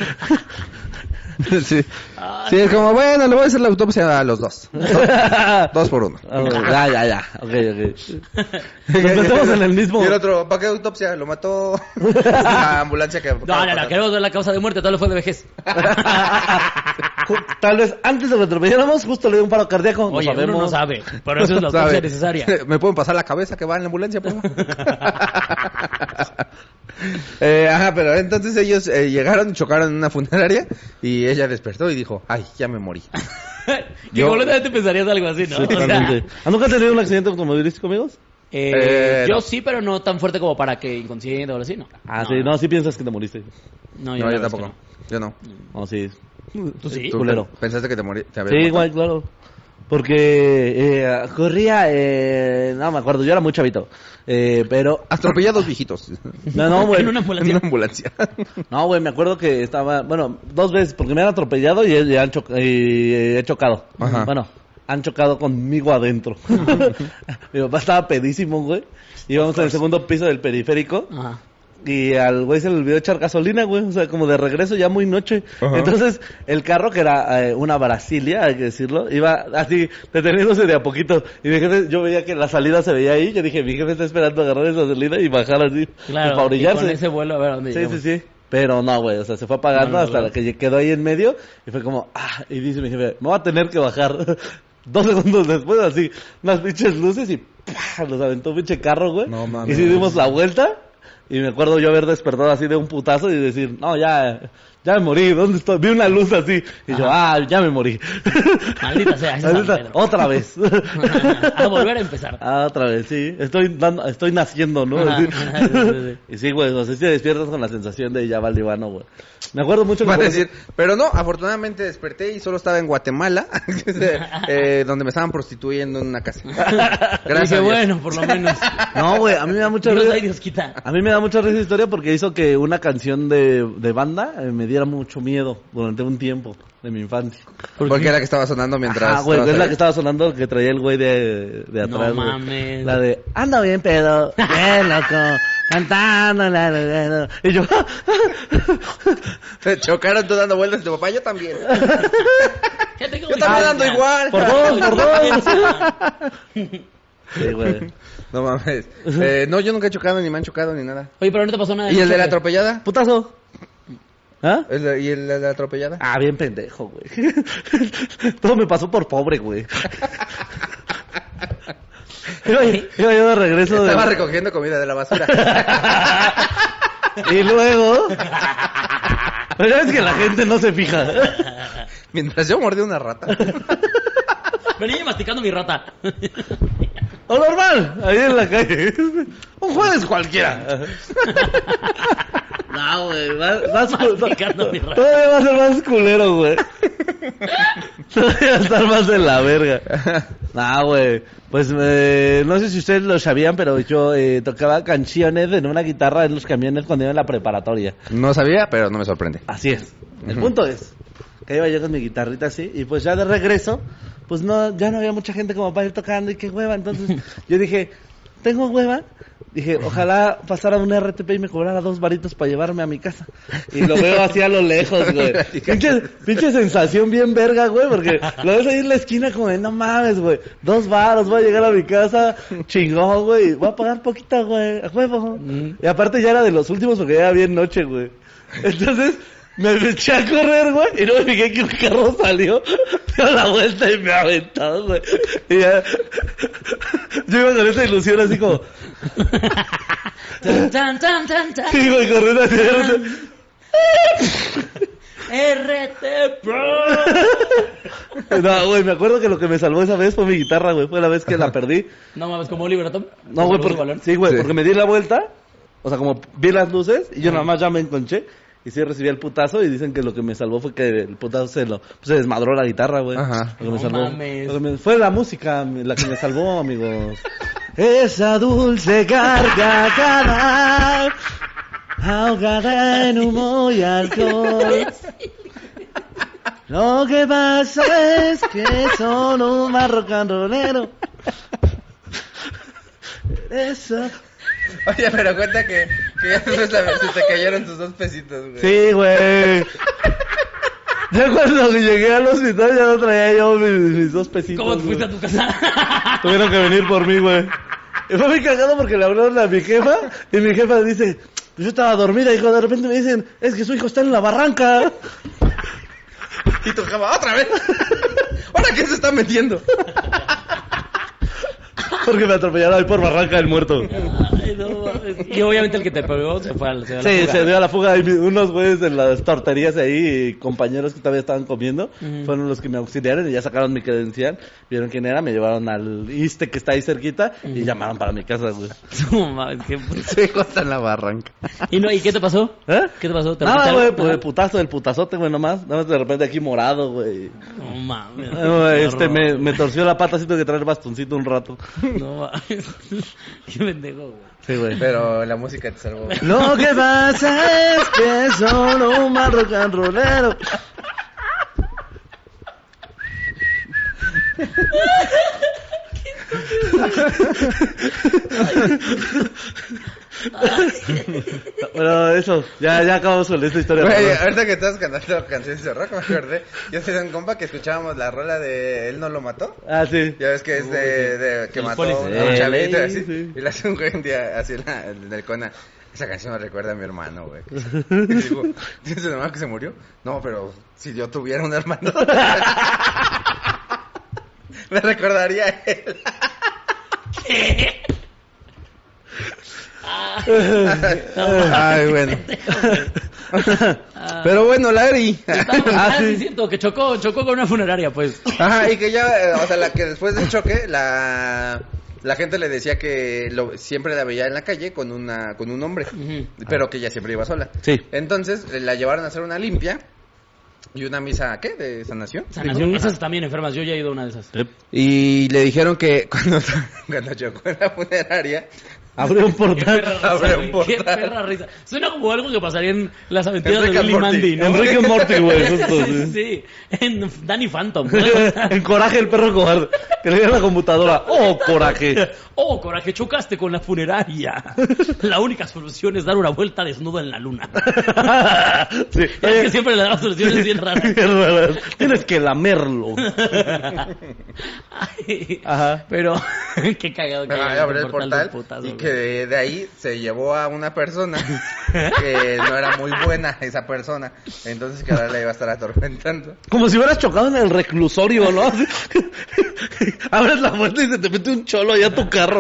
Sí. Ay, Sí, es como, bueno, le voy a hacer la autopsia a los dos. Dos por uno. Ah, ya, ya, ya. Ok, ok. Nos metemos en el mismo. Y el otro, ¿para qué autopsia? Lo mató la ambulancia que... No, no, no, queremos ver la causa de muerte, tal vez fue de vejez. Ju- Tal vez antes de que atropelláramos, justo le dio un paro cardíaco. No Oye, uno sabemos. no sabe, pero eso es la autopsia ¿Sabe? necesaria. ¿Me pueden pasar la cabeza que va en la ambulancia, por favor? eh, ajá, pero entonces ellos eh, llegaron, chocaron en una funeraria y ella despertó y dijo, ay, ya me morí. Que Yo- completamente pensarías algo así, ¿no? Sí, O sea, totalmente. ¿Ah, ¿Nunca has tenido un accidente automovilístico, amigos? eh, Eh, yo no. sí, pero no tan fuerte como para que inconsciente o algo así, ¿no? Ah, sí, no, sí piensas que te moriste. No, No, la yo verdad es tampoco. que Yo no. No, sí. ¿Tú sí? ¿Tú Culero. pensaste que te morí? Te habías Sí, muerto? igual, claro. Porque eh, corría, eh, no me acuerdo, yo era muy chavito. Eh, pero, Atropellé a dos viejitos. no, no, güey. En una En ambulancia. una ambulancia. No, güey, me acuerdo que estaba, bueno, dos veces, porque me han atropellado y, y han choc- y he chocado. Ajá. Bueno, han chocado conmigo adentro. Mi papá estaba pedísimo, güey. Íbamos en el segundo piso del periférico. Ajá. Y al güey se le olvidó echar gasolina, güey. O sea, como de regreso ya muy noche. Ajá. Entonces, el carro, que era eh, una Brasilia, hay que decirlo, iba así, deteniéndose de a poquito. Y mi jefe, yo veía que la salida se veía ahí. Yo dije, mi jefe está esperando agarrar esa salida y bajar así. Claro, para y orillarse. con ese vuelo a ver a dónde Sí, llegamos. sí, sí. Pero no, güey, o sea, se fue apagando No, no, hasta no. la que quedó ahí en medio. Y fue como, ah, y dice mi jefe, me voy a tener que bajar. Dos segundos después, así, unas pinches luces y ¡pah! Nos aventó un pinche carro, güey. No mames. Y sí dimos la vuelta. Y me acuerdo yo haber despertado así de un putazo y decir, no, ya, ya me morí, ¿dónde estoy? Vi una luz así. Y yo, ah, ya me morí. Maldita sea, ese es Maldita- San Pedro. Otra vez. A volver a empezar. Ah, otra vez, sí. Estoy dando, estoy naciendo, ¿no? Ajá. Así. Sí, sí, sí. Y sí, güey, no sé si te despiertas con la sensación de ya Valdivano, güey. Me acuerdo mucho que Va a por decir, pero no, afortunadamente desperté y solo estaba en Guatemala, eh, donde me estaban prostituyendo en una casa. Gracias Dije, a Dios. bueno, por lo menos. eso- No, güey, a mí me da mucha Dios risa. da y Dios quita. A mí me da mucha risa la historia porque hizo que una canción de, de banda eh, me diera mucho miedo durante un tiempo de mi infancia. Porque era la que estaba sonando mientras... Ah, güey, estabas es la ahí. que estaba sonando que traía el güey de, de No atrás. güey. mames. La de, anda bien pedo, bien loco, cantando, la, la, la, la. Y yo, Se chocaron tú dando vueltas, tu papá, yo también. Fíjate cómo Yo también dice, ando ya. igual. por dos, por dos. Oye, Sí, güey. No mames. Eh, no, yo nunca he chocado, ni me han chocado, ni nada. pero no te pasó nada. ¿Y el de la choque? atropellada? Putazo. ¿Ah? ¿El de- ¿Y el de la atropellada? Ah, bien pendejo, güey. Todo me pasó por pobre, güey. Iba, iba yo de regreso de... Estaba recogiendo comida de la basura. Y luego... Pero es que la gente no se fija. Mientras yo mordí una rata. Venía masticando mi rata. O normal, ahí en la calle. Un jueves cualquiera. No, güey, más, más cu- Masticando mi rata. todavía va a ser más culero, güey. Todavía va a estar más en la verga. No, güey, pues eh, no sé si ustedes lo sabían, pero yo eh, tocaba canciones en una guitarra en los camiones cuando iba en la preparatoria. No sabía, pero no me sorprende. Así es. El Ujú. punto es que iba yo con mi guitarrita así y pues ya de regreso, pues no, ya no había mucha gente como para ir tocando y qué hueva. Entonces yo dije, tengo hueva, Dije, ojalá pasara un R T P y me cobrara dos varitos para llevarme a mi casa. Y lo veo así a lo lejos, güey. Pinche, pinche sensación bien verga, güey, porque lo ves ahí en la esquina como de, no mames, güey. Dos varos, voy a llegar a mi casa, chingón, güey. Voy a pagar poquito, güey, a huevo. Mm. Y aparte ya era de los últimos porque ya era bien noche, güey. Entonces... me eché a correr, güey, y no me fijé que un carro salió, dio la vuelta y me aventó, güey. Y ya... yo iba con esa ilusión así como... tan, tan, tan, tan, tan. Sí, güey, corriendo así. R T P. No, güey, me acuerdo que lo que me salvó esa vez fue mi guitarra, güey. Fue la vez que la perdí. No mames, ¿como Oliver Atom? No, güey, porque... sí, güey, sí. Porque me di la vuelta, o sea, como vi las luces, y yo nada más ya me enconché. Y sí recibí el putazo y dicen que lo que me salvó fue que el putazo se lo... pues se desmadró la guitarra, güey. Ajá. Lo que me no salvó. Mames. Lo que me, fue la música la que me salvó, amigos. Esa dulce gargajada ahogada en humo y alcohol. Lo que pasa es que son un marrocanronero. Esa... Oye, pero cuenta que, que ya después se te cayeron tus dos pesitos, güey. Sí, güey. Ya cuando llegué al hospital ya no traía yo mis, mis dos pesitos. ¿Cómo te fuiste a tu casa? Tuvieron que venir por mí, güey. Y fue muy cagado porque le hablaron a mi jefa y mi jefa dice, pues yo estaba dormida, hijo, de repente me dicen, es que su hijo está en la barranca. Y tu jefa, otra vez. ¿Ahora qué se está metiendo? Porque me atropellaron ahí por Barranca del Muerto. Ay, no, y obviamente el que te pegó se fue a la, se dio a la sí, fuga. se dio a la fuga. Hay unos güeyes en las torterías ahí, y compañeros que todavía estaban comiendo, uh-huh. fueron los que me auxiliaron y ya sacaron mi credencial. Vieron quién era, me llevaron al ISSSTE que está ahí cerquita uh-huh. y llamaron para mi casa, güey. No mames, qué su hijo está en la barranca. ¿Y no? ¿Y qué te pasó? ¿Eh? ¿Qué te pasó? ¿Te Nada, güey, pues el putazo, el putazote, güey, nomás. Nada más de repente aquí morado, güey. No mames. No, este, me, me torció la pata, así tengo que traer bastoncito un rato. No mames. Qué pendejo, güey. Sí, güey. Pero la música te salvó. Lo que pasa es que solo un mal rock and rollero. Bueno, eso, ya, ya acabamos con esta historia. Güey, ahorita que estás cantando canciones de rock, me acordé. Yo soy un compa que escuchábamos la rola de Él no lo mató. Ah, sí. Ya ves que es de, de que el mató a un eh, chavito y así. Sí. Y la hace un güey un día así en, la, en el Cona. Esa canción me recuerda a mi hermano, güey. Y digo, ¿tienes un hermano que se murió? No, pero si yo tuviera un hermano, me recordaría a él. ¿Qué? Ay, bueno. Pero bueno, Larry. Ah, sí, es cierto, que chocó, chocó con una funeraria, pues. Ajá, y que ya, o sea, la que después del choque, la... La gente le decía que lo, siempre la veía en la calle con una con un hombre, uh-huh. pero que ella siempre iba sola. Sí. Entonces la llevaron a hacer una limpia y una misa, ¿qué? ¿De sanación? Sanación, esas también enfermas, yo ya he ido a una de esas. Yep. Y le dijeron que cuando, cuando chocó en la funeraria... Abrió un portal. Abrió un portal. Qué perra risa. Suena como algo que pasaría en las aventuras de Billy Mandy, ¿no? Enrique Morty, güey, justo. Sí, sí. En Danny Phantom. En Coraje, el perro cobarde. Que le dio la computadora. ¡Oh, Coraje! ¡Oh, Coraje! Chocaste con la funeraria. La única solución es dar una vuelta desnudo en la luna. Sí. Es que siempre le damos soluciones bien raras. Bien raras. Tienes que lamerlo. Ay, ajá. Pero, qué cagado que ah, abrió el portal, portal y que de, de ahí se llevó a una persona que no era muy buena esa persona, entonces que ahora la iba a estar atormentando. Como si hubieras chocado en el reclusorio, ¿no? Abres la puerta y se te mete un cholo allá a tu carro.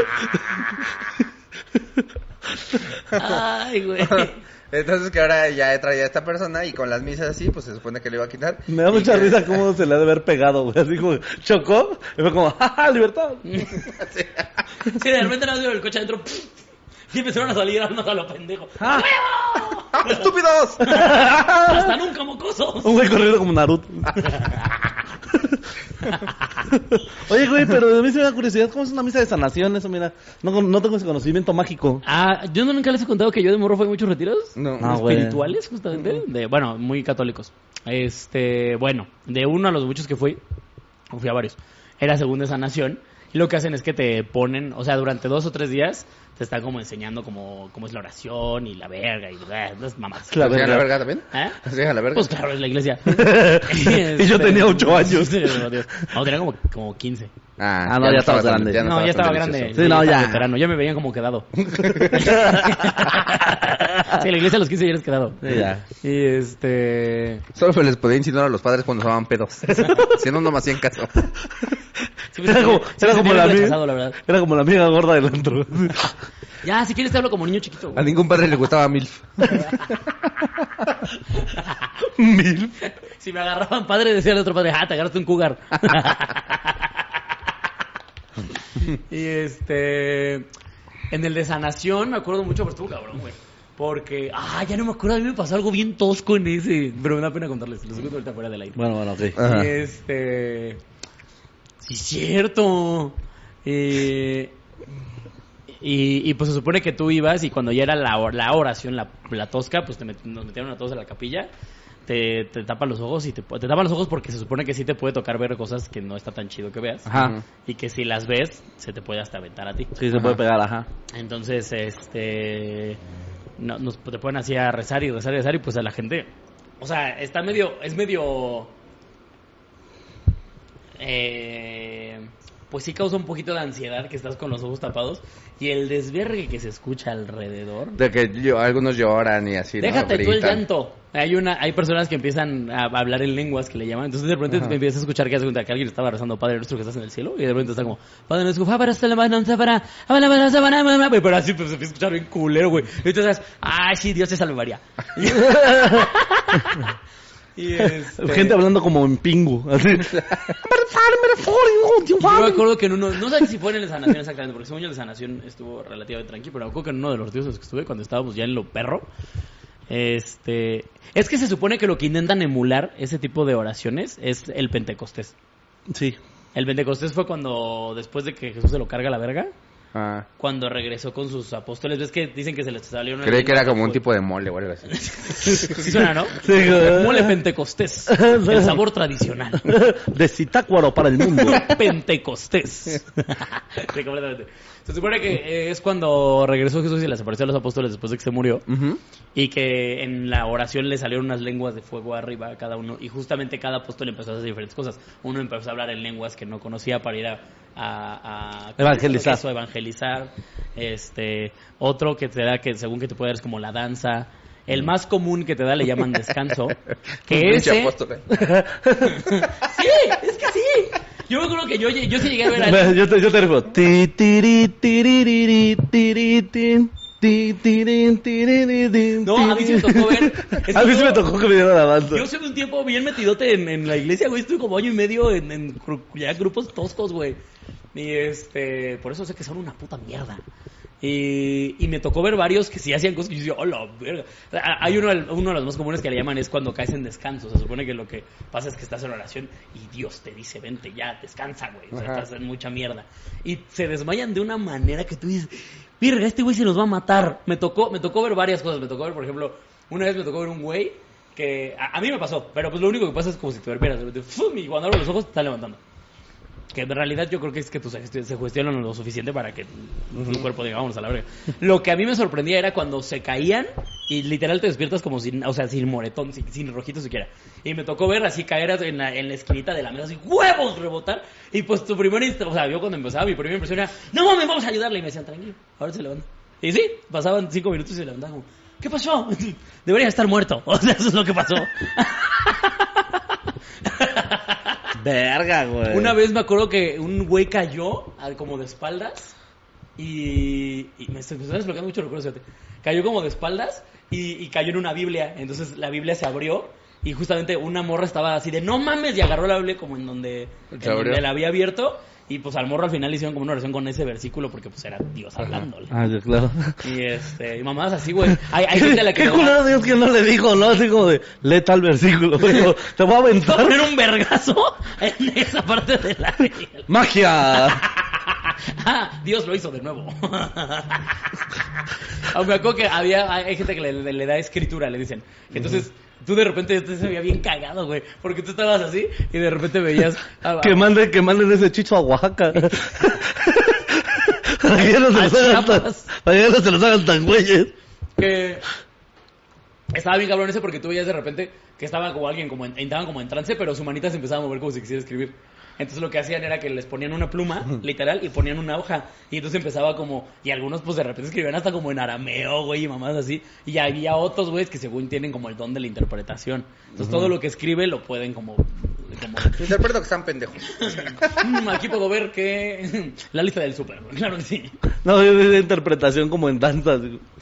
Ay, güey. Entonces que ahora ya traía a esta persona y con las misas así, pues se supone que le iba a quitar. Me da mucha que... risa cómo se le ha de haber pegado, güey. Así como chocó y fue como, ¡ja, ja, libertad! Sí, sí, de repente nos dio el coche adentro y empezaron a salir armas a los pendejos. ¡Ah! ¡Ah, estúpidos! ¡Hasta nunca, mocosos! Un güey corriendo como Naruto. Oye, güey, pero a mí se me da curiosidad, ¿cómo es una misa de sanación? Eso, mira, no, no tengo ese conocimiento mágico. Ah, yo nunca les he contado que yo de morro fui a muchos retiros. No, no espirituales, güey. Justamente. Uh-huh. De, bueno, muy católicos. Este, bueno, de uno a los muchos que fui, fui a varios. Era según de sanación. Y lo que hacen es que te ponen, o sea, durante dos o tres días, te están como enseñando cómo, cómo es la oración y la verga y las mamás. ¿La verga, la verga también? ¿Eh? ¿Sí, a la verga? Pues claro, es la iglesia. Y yo tenía ocho años. Sí, no, tenía como, como quince. Ah, Ah, no, ya estabas grande. ya No, ya estaba tan grande. delicioso. Sí, no, estaba ya. veterano. Ya me veían como quedado. Sí, la iglesia a los quince ya eres quedado. Sí, ya. Y este... Solo se les podía insinuar a los padres cuando estaban pedos. Si no, no me hacían caso. Sí, Era como, sí, era sí, como sí, la rechazado, amiga, la verdad. era como la amiga gorda del antro. Ya, si quieres te hablo como niño chiquito. A Güey. ningún padre le gustaba MILF. Mil. Si me agarraban padre, decía el otro padre, ah, te agarraste un cougar. Y este... En el de sanación me acuerdo mucho, pero estuvo cabrón, güey. Porque, ah, ya no me acuerdo, a mí me pasó algo bien tosco en ese. Pero me da pena contarles, los cuento ahorita fuera del aire. Bueno, bueno, ok. Ajá. Y este... Sí, cierto. Eh... Y, y pues se supone que tú ibas y cuando ya era la, or- la oración, la, la tosca, pues te met- nos metieron a todos a la capilla, te, te tapan los ojos y te, te tapan los ojos porque se supone que sí te puede tocar ver cosas que no está tan chido que veas. Ajá. Y que si las ves, se te puede hasta aventar a ti. Sí, se puede pegar, ajá. Entonces, este... No, nos te ponen así a rezar y rezar y rezar y pues a la gente... O sea, está medio... Es medio... Eh... Pues sí causa un poquito de ansiedad que estás con los ojos tapados y el desvergue que se escucha alrededor. De que yo- algunos lloran y así, ¿no? Déjate tú el Gritan. llanto. Hay una, hay personas que empiezan a hablar en lenguas que le llaman. Entonces de repente me empiezas a escuchar que hace cuenta que alguien estaba rezando Padre Nuestro que estás en el cielo y de repente está como Padre Nuestro para pero así pues se empieza a escuchar bien culero, güey. Y entonces, ay sí, Dios te salve María. Y este... Gente hablando como en pingu, así. Yo me acuerdo que en uno, no sé si fue en el de sanación exactamente, porque según yo el de sanación estuvo relativamente tranquilo, pero me acuerdo que en uno de los días en los que estuve, cuando estábamos ya en lo perro, este, es que se supone que lo que intentan emular ese tipo de oraciones es el Pentecostés. Sí. El Pentecostés fue cuando, después de que Jesús se lo carga a la verga, Ah, cuando regresó con sus apóstoles, ves que dicen que se les salieron... creí que era como un tipo de mole o algo así. Sí suena, ¿no? Sí, güey. Mole Pentecostés, el sabor tradicional. De Zitácuaro para el mundo. Pentecostés. Sí, completamente. Se supone que eh, es cuando regresó Jesús y les apareció a los apóstoles después de que se murió. Ujú. Y que en la oración le salieron unas lenguas de fuego arriba a cada uno. Y justamente cada apóstol empezó a hacer diferentes cosas. Uno empezó a hablar en lenguas que no conocía para ir a... a, a Evangelizar. Eso, evangelizar. Este, otro que te da, que según que te puede dar es como la danza. El más común que te da le llaman descanso. Que Un pinche ese... apóstol, ¿eh? Sí, es que sí. Yo me acuerdo que yo, yo sí llegué a ver a... Yo te, yo te refiero. Ti, tiri, tiriri, tiri, tin, ti, tirin, tiriri, tin, No, a mí sí me tocó ver. Es A que mí sí yo- me tocó que me dieran la danza. Yo soy un tiempo bien metidote en, en la iglesia, güey. Estuve como año y medio en, en gru- ya grupos toscos, güey. Y este, por eso sé que son una puta mierda. Y, y me tocó ver varios que sí hacían cosas que yo decía, oh, la verga. A- Hay uno, uno de los más comunes que le llaman es cuando caes en descanso. Se supone que lo que pasa es que estás en oración y Dios te dice, vente ya, descansa, güey. O sea, Ajá. estás en mucha mierda. Y se desmayan de una manera que tú dices, virga, este güey se nos va a matar. Me tocó, me tocó ver varias cosas. Me tocó ver, por ejemplo, una vez me tocó ver un güey que a, a mí me pasó, pero pues lo único que pasa es como si te durmieras. de repente, ¡fum! Y cuando abro los ojos te están levantando. Que en realidad yo creo que es que tus se sugestionan lo suficiente para que tu cuerpo diga, vámonos a la verga. Lo que a mí me sorprendía era cuando se caían y literal te despiertas como sin, o sea, sin moretón, sin, sin rojito siquiera. Y me tocó ver así caer en la, en la esquinita de la mesa, así, huevos, rebotar. Y pues tu primer instante, o sea, yo cuando empezaba, mi primera impresión era, no mames, vamos a ayudarle. Y me decían, tranquilo, ahora se levanta. Y sí, pasaban cinco minutos y se levantaban como, ¿qué pasó? Debería estar muerto. O sea, eso es lo que pasó. Verga, güey. Una vez me acuerdo que un güey cayó al- como de espaldas y, y me estoy, me estoy desbloqueando mucho recuerdos, fíjate. Cayó como de espaldas y, y cayó en una Biblia. Entonces la Biblia se abrió y justamente una morra estaba así de no mames y agarró la Biblia como en donde, en Se abrió. donde la había abierto. Y pues al morro al final le hicieron como una oración con ese versículo porque pues era Dios hablándole. Ah, sí, claro. Y este, y mamadas así, güey. Hay, hay gente a la que Qué le da- culero Dios que no le dijo, ¿no? Así como de, lee tal versículo. Pero te voy a va a aventar. poner un vergazo en esa parte de la Biblia. ¡Magia! Ah, Dios lo hizo de nuevo. Aunque me acuerdo que había, hay gente que le, le- le da escritura, le dicen. Entonces, tú de repente te se veía bien cagado, güey. Porque tú estabas así y de repente veías... a- Que manden, que manden ese chicho a Oaxaca. Para que ya no se a los hagan tan, Chiapas. para que ya no se los hagan tan güeyes. Que estaba bien cabrón ese porque tú veías de repente que estaba como alguien, como en, entraban como en trance, pero su manita se empezaba a mover como si quisiera escribir. Entonces lo que hacían era que les ponían una pluma, literal, y ponían una hoja. Y entonces empezaba como... Y algunos pues de repente escribían hasta como en arameo, güey, y mamás así. Y había otros, güeyes, que según tienen como el don de la interpretación. Entonces uh-huh. todo lo que escribe lo pueden como... como... Interpreto que están pendejos. mm, aquí puedo ver que... la lista del súper, claro que sí. No, yo de interpretación como en danzas.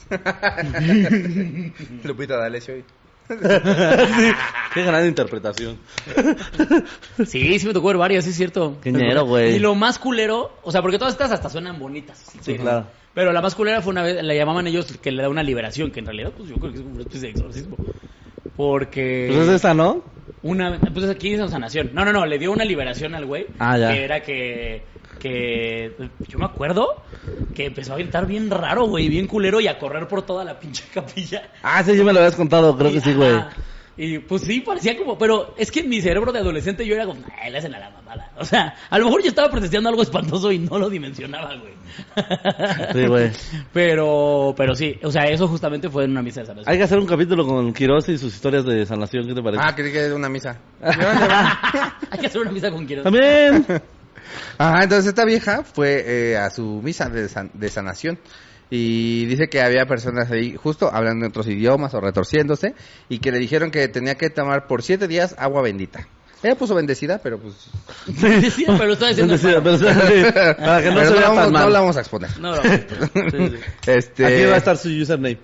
Lupita D'Alessio hoy. Sí, qué gran interpretación. Sí, sí me tocó ver varias, sí es cierto. Qué ñero, güey. Y lo más culero, o sea, porque todas estas hasta suenan bonitas. Sí, sí claro. Pero la más culera fue una vez, le llamaban ellos que le da una liberación, que en realidad, pues yo creo que es como una especie de exorcismo. Porque... Pues es esa, ¿no? Una, pues aquí dice sanación. No, no, no, le dio una liberación al güey. Ah, ya. Que era que... que yo me acuerdo que empezó a aventar bien raro, güey, bien culero y a correr por toda la pinche capilla. Ah, sí, yo me lo habías contado, creo y, que sí, güey. Y pues sí, parecía como, pero es que en mi cerebro de adolescente yo era como, eh, le hacen a la mamada. O sea, a lo mejor yo estaba presenciando algo espantoso y no lo dimensionaba, güey. Sí, güey. Pero, pero sí, o sea, eso justamente fue en una misa de sanación. Hay que hacer un capítulo con Quiroz y sus historias de sanación, ¿qué te parece? Ah, creí que era una misa. Hay que hacer una misa con Quiroz. También. Ajá, entonces esta vieja fue eh, a su misa de, san- de sanación y dice que había personas ahí justo hablando en otros idiomas o retorciéndose y que le dijeron que tenía que tomar por siete días agua bendita. Ella puso bendecida, pero pues... Bendecida, pero lo estoy diciendo. Bendecida, pero, sí, para que no pero se no, vea vamos, tan mal. no la vamos a exponer. No, no. Sí, sí. Este... Aquí va a estar su username.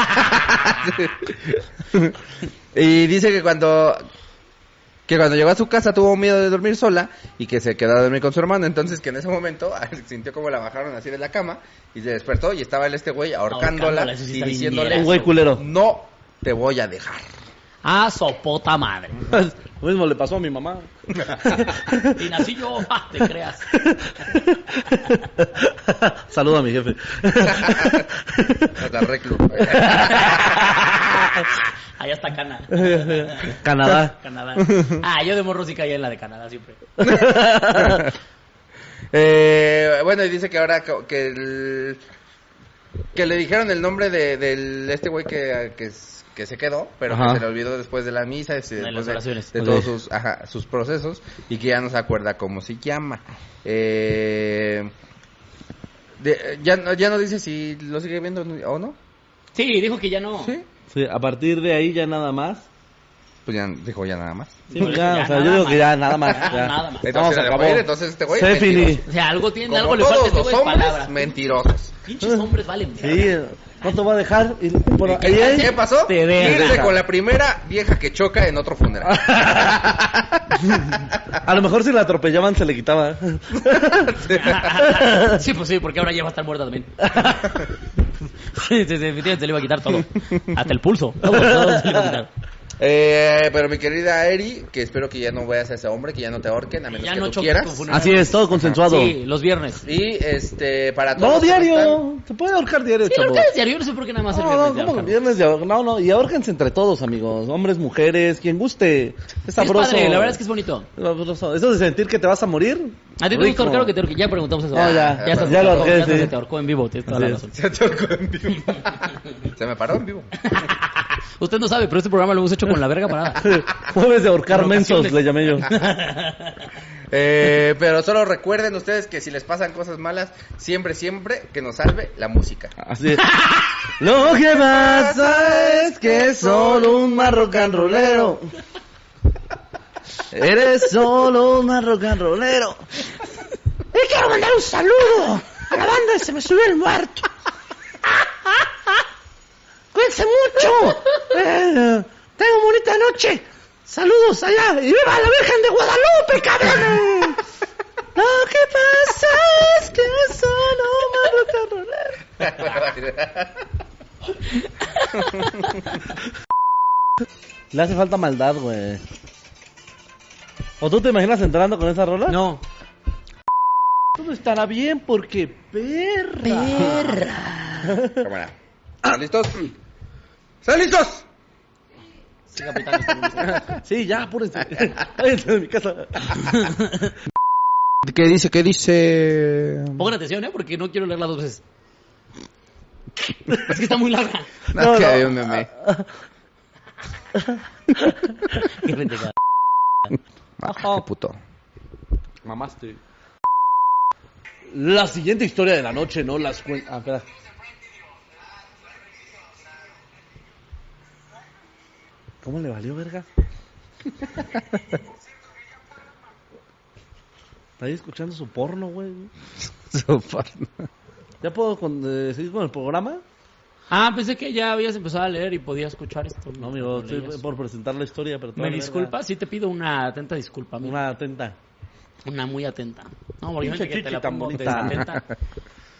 Y dice que cuando... que cuando llegó a su casa tuvo miedo de dormir sola y que se quedó a dormir con su hermano, entonces que en ese momento sintió como la bajaron así de la cama y se despertó y estaba el este güey ahorcándola, Ahorcándola, eso sí y está bien diciéndole, mierda. Un güey culero. no te voy a dejar. Ah, sopota madre. Lo mismo le pasó a mi mamá. Y nací yo, ah, te creas. Saludo a mi jefe. Hasta reclu. Allá está Cana. Canadá. Canadá. Ah, yo de morro sí caía en la de Canadá siempre. eh, bueno, y dice que ahora que, que, el, que le dijeron el nombre de, de este güey que, que, que se quedó, pero Ajá. que se le olvidó después de la misa, de, De las oraciones. de, de todos sus, ajá, sus procesos, y que ya no se acuerda cómo se llama. Eh, de, ya, ya no dice si lo sigue viendo o no. Sí, dijo que ya no. Sí. Sí, a partir de ahí ya nada más. Pues ya dijo ya nada más. Sí, pues ya, Ya o sea, nada yo digo más. que ya nada más. Ya, Ya. nada más. Entonces, Vamos, se le acabó. fue, entonces este güey Se finí. mentiroso. O sea, algo tiene, Como algo le falta a todos este los güey, hombres palabras. mentirosos. Pinches hombres valen. Sí, verga. no te voy a dejar. Y, por, ¿Y ahí qué, hay- qué pasó? Te deja. Irse con la primera vieja que choca en otro funeral. A lo mejor si la atropellaban se le quitaba. Sí, pues sí, porque ahora ya va a estar muerta también. Sí, sí, sí, definitivamente se le iba a quitar todo. Hasta el pulso. Todo, todo se le iba a quitar. Eh, pero mi querida Eri, que espero que ya no vayas a ese hombre, que ya no te ahorquen, a menos Ya que no tú choques quieras. tu funeral. Así es, todo consensuado. Sí, los viernes. Y este, para todos. No, los que están- diario. Se puede ahorcar diario, Sí, chavo. ahorita es diario, no sé por qué nada más el No, viernes. no, de ¿cómo ahorcar. que viernes de ahor- No, no, y ahórquense entre todos, amigos. Hombres, mujeres, quien guste. Es Es sabroso. padre, la verdad es que es bonito. Es sabroso. Eso de sentir que te vas a morir. ¿A ti te rico. gusta ahorcar o que te ahorque? Ya preguntamos eso. No, ya, ya, estás- ya lo te ahorqué, ahorcó, ya sí. se te ahorcó en vivo, tienes toda la Así razón. Se te ahorcó en vivo. Se me paró en vivo. Usted no sabe, pero este programa lo hemos hecho con la verga parada. Jueves de ahorcar Por mensos, ocasiones. le llamé yo. Eh, pero solo recuerden ustedes que si les pasan cosas malas, siempre, siempre que nos salve la música. Así es. Lo que pasa es que es solo un rock and rollero. Eres solo un rock and rollero. Y quiero mandar un saludo a la banda de Se Me Subió el Muerto. Cuídense mucho. Eh, tengo bonita noche. Saludos allá. Y viva la Virgen de Guadalupe, cabrones. Lo que pasa es que es solo un rock and rollero. Le hace falta maldad, güey. ¿O tú te imaginas entrando con esa rola? No. Todo estará bien porque perra. Perra. Cámara. ¿Están listos? ¿Están listos? Sí, capitán, está bien. Sí, ya, apúrense. Váyanse de mi casa. ¿Qué dice? ¿Qué dice? Pongan atención, ¿eh? Porque no quiero leerla dos veces. Es que está muy larga. No, No, que no. había un meme. Qué pendejada. Ah, qué puto. Mamaste. La siguiente historia de la noche, ¿no? Las cuen... Ah, espera. ¿Cómo le valió, verga? Está ahí escuchando su porno, güey. Super. ¿Ya puedo con, eh, seguir con el programa? Ah, pensé que ya habías empezado a leer y podía escuchar esto. No, amigo, No estoy leías. por presentar la historia, pero... ¿Me todavía, disculpas? Sí te pido una atenta disculpa, verga, amigo. Una atenta. Una muy atenta. No, porque Pinche imagínate que te chichi la tan pongo bonita. desatenta.